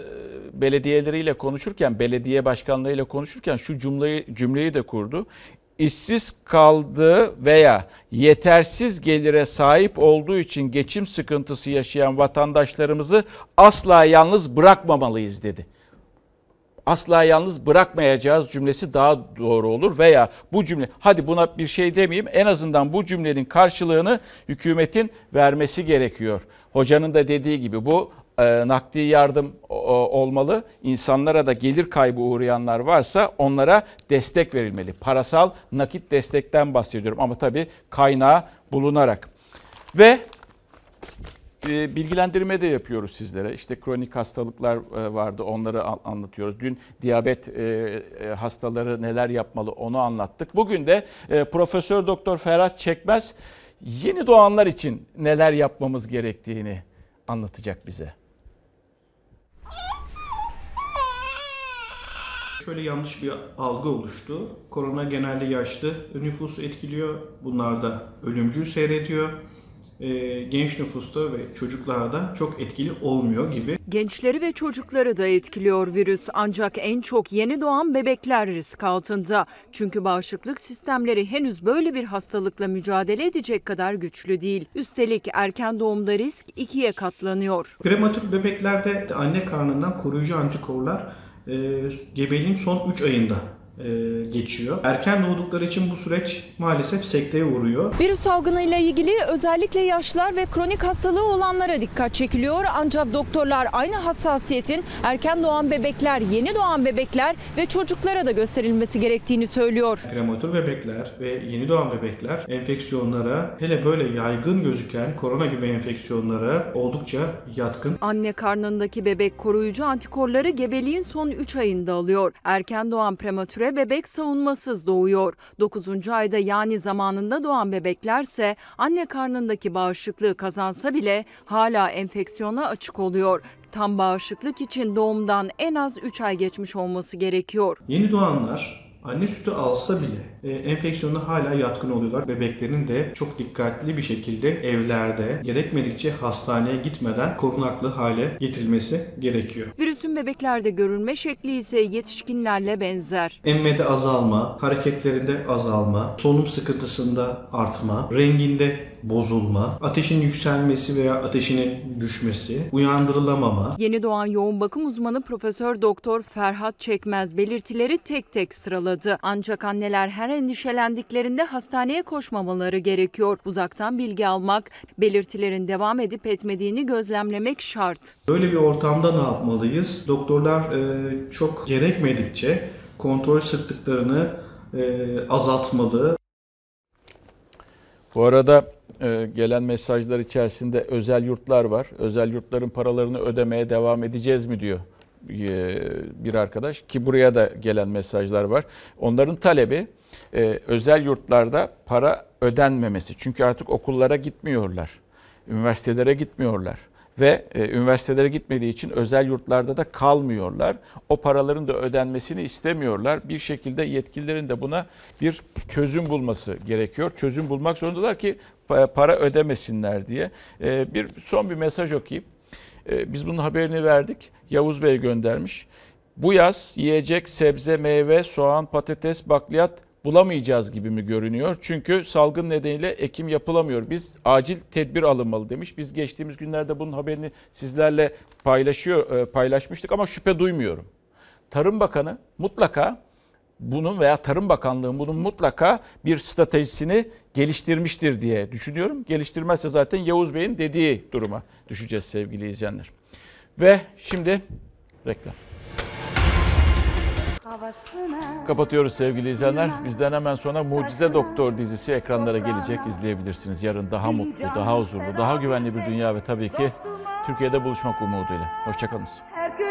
belediyeleriyle konuşurken, belediye başkanlarıyla konuşurken şu cümleyi de kurdu. işsiz kaldığı veya yetersiz gelire sahip olduğu için geçim sıkıntısı yaşayan vatandaşlarımızı asla yalnız bırakmamalıyız dedi. Asla yalnız bırakmayacağız cümlesi daha doğru olur veya bu cümle, hadi buna bir şey demeyeyim, en azından bu cümlenin karşılığını hükümetin vermesi gerekiyor. Hocanın da dediği gibi bu nakdi yardım olmalı. İnsanlara da gelir kaybı uğrayanlar varsa onlara destek verilmeli. Parasal nakit destekten bahsediyorum ama tabii kaynağı bulunarak. Ve bilgilendirme de yapıyoruz sizlere. İşte kronik hastalıklar vardı, onları anlatıyoruz. Dün diyabet hastaları neler yapmalı onu anlattık. Bugün de Profesör Doktor Ferhat Çekmez yeni doğanlar için neler yapmamız gerektiğini anlatacak bize. Şöyle yanlış bir algı oluştu. Korona genelde yaşlı nüfusu etkiliyor. Bunlar da ölümcül seyrediyor. Genç nüfusta ve çocuklarda çok etkili olmuyor gibi. Gençleri ve çocukları da etkiliyor virüs, ancak en çok yeni doğan bebekler risk altında. Çünkü bağışıklık sistemleri henüz böyle bir hastalıkla mücadele edecek kadar güçlü değil. Üstelik erken doğumda risk 2'ye katlanıyor. Prematür bebeklerde anne karnından koruyucu antikorlar gebeliğin son 3 ayında geçiyor. Erken doğdukları için bu süreç maalesef sekteye uğruyor. Virüs salgınıyla ilgili özellikle yaşlılar ve kronik hastalığı olanlara dikkat çekiliyor. Ancak doktorlar aynı hassasiyetin erken doğan bebekler, yeni doğan bebekler ve çocuklara da gösterilmesi gerektiğini söylüyor. Prematür bebekler ve yeni doğan bebekler enfeksiyonlara, hele böyle yaygın gözüken korona gibi enfeksiyonlara oldukça yatkın. Anne karnındaki bebek koruyucu antikorları gebeliğin son 3 ayında alıyor. Erken doğan prematüre bebek savunmasız doğuyor. 9. ayda yani zamanında doğan bebeklerse anne karnındaki bağışıklığı kazansa bile hala enfeksiyona açık oluyor. Tam bağışıklık için doğumdan en az 3 ay geçmiş olması gerekiyor. Yeni doğanlar anne sütü alsa bile enfeksiyona hala yatkın oluyorlar. Bebeklerin de çok dikkatli bir şekilde evlerde gerekmedikçe hastaneye gitmeden korunaklı hale getirilmesi gerekiyor. Virüsün bebeklerde görülme şekli ise yetişkinlerle benzer. Emmede azalma, hareketlerinde azalma, solunum sıkıntısında artma, renginde bozulma, ateşin yükselmesi veya ateşinin düşmesi, uyandırılamama. Yeni doğan yoğun bakım uzmanı Profesör Doktor Ferhat Çekmez belirtileri tek tek sıraladı. Ancak anneler her endişelendiklerinde hastaneye koşmamaları gerekiyor. Uzaktan bilgi almak, belirtilerin devam edip etmediğini gözlemlemek şart. Böyle bir ortamda ne yapmalıyız? Doktorlar çok gerekmedikçe kontrol sıklıklarını azaltmalı. Bu arada gelen mesajlar içerisinde özel yurtlar var. Özel yurtların paralarını ödemeye devam edeceğiz mi diyor bir arkadaş, ki buraya da gelen mesajlar var. Onların talebi özel yurtlarda para ödenmemesi. Çünkü artık okullara gitmiyorlar, üniversitelere gitmiyorlar ve üniversitelere gitmediği için özel yurtlarda da kalmıyorlar. O paraların da ödenmesini istemiyorlar. Bir şekilde yetkililerin de buna bir çözüm bulması gerekiyor. Çözüm bulmak zorundalar ki para ödemesinler diye. Son bir mesaj okuyayım. Biz bunun haberini verdik. Yavuz Bey göndermiş. Bu yaz yiyecek sebze, meyve, soğan, patates, bakliyat bulamayacağız gibi mi görünüyor? Çünkü salgın nedeniyle ekim yapılamıyor. Biz acil tedbir alınmalı demiş. Biz geçtiğimiz günlerde bunun haberini sizlerle paylaşmıştık ama şüphe duymuyorum. Tarım Bakanı mutlaka bunun veya Tarım Bakanlığı bunun mutlaka bir stratejisini geliştirmiştir diye düşünüyorum. Geliştirmezse zaten Yavuz Bey'in dediği duruma düşeceğiz sevgili izleyenler. Ve şimdi reklam. Kapatıyoruz sevgili izleyenler. Bizden hemen sonra Mucize Doktor dizisi ekranlara gelecek. İzleyebilirsiniz. Yarın daha mutlu, daha huzurlu, daha güvenli bir dünya ve tabii ki Türkiye'de buluşmak umuduyla. Hoşçakalın.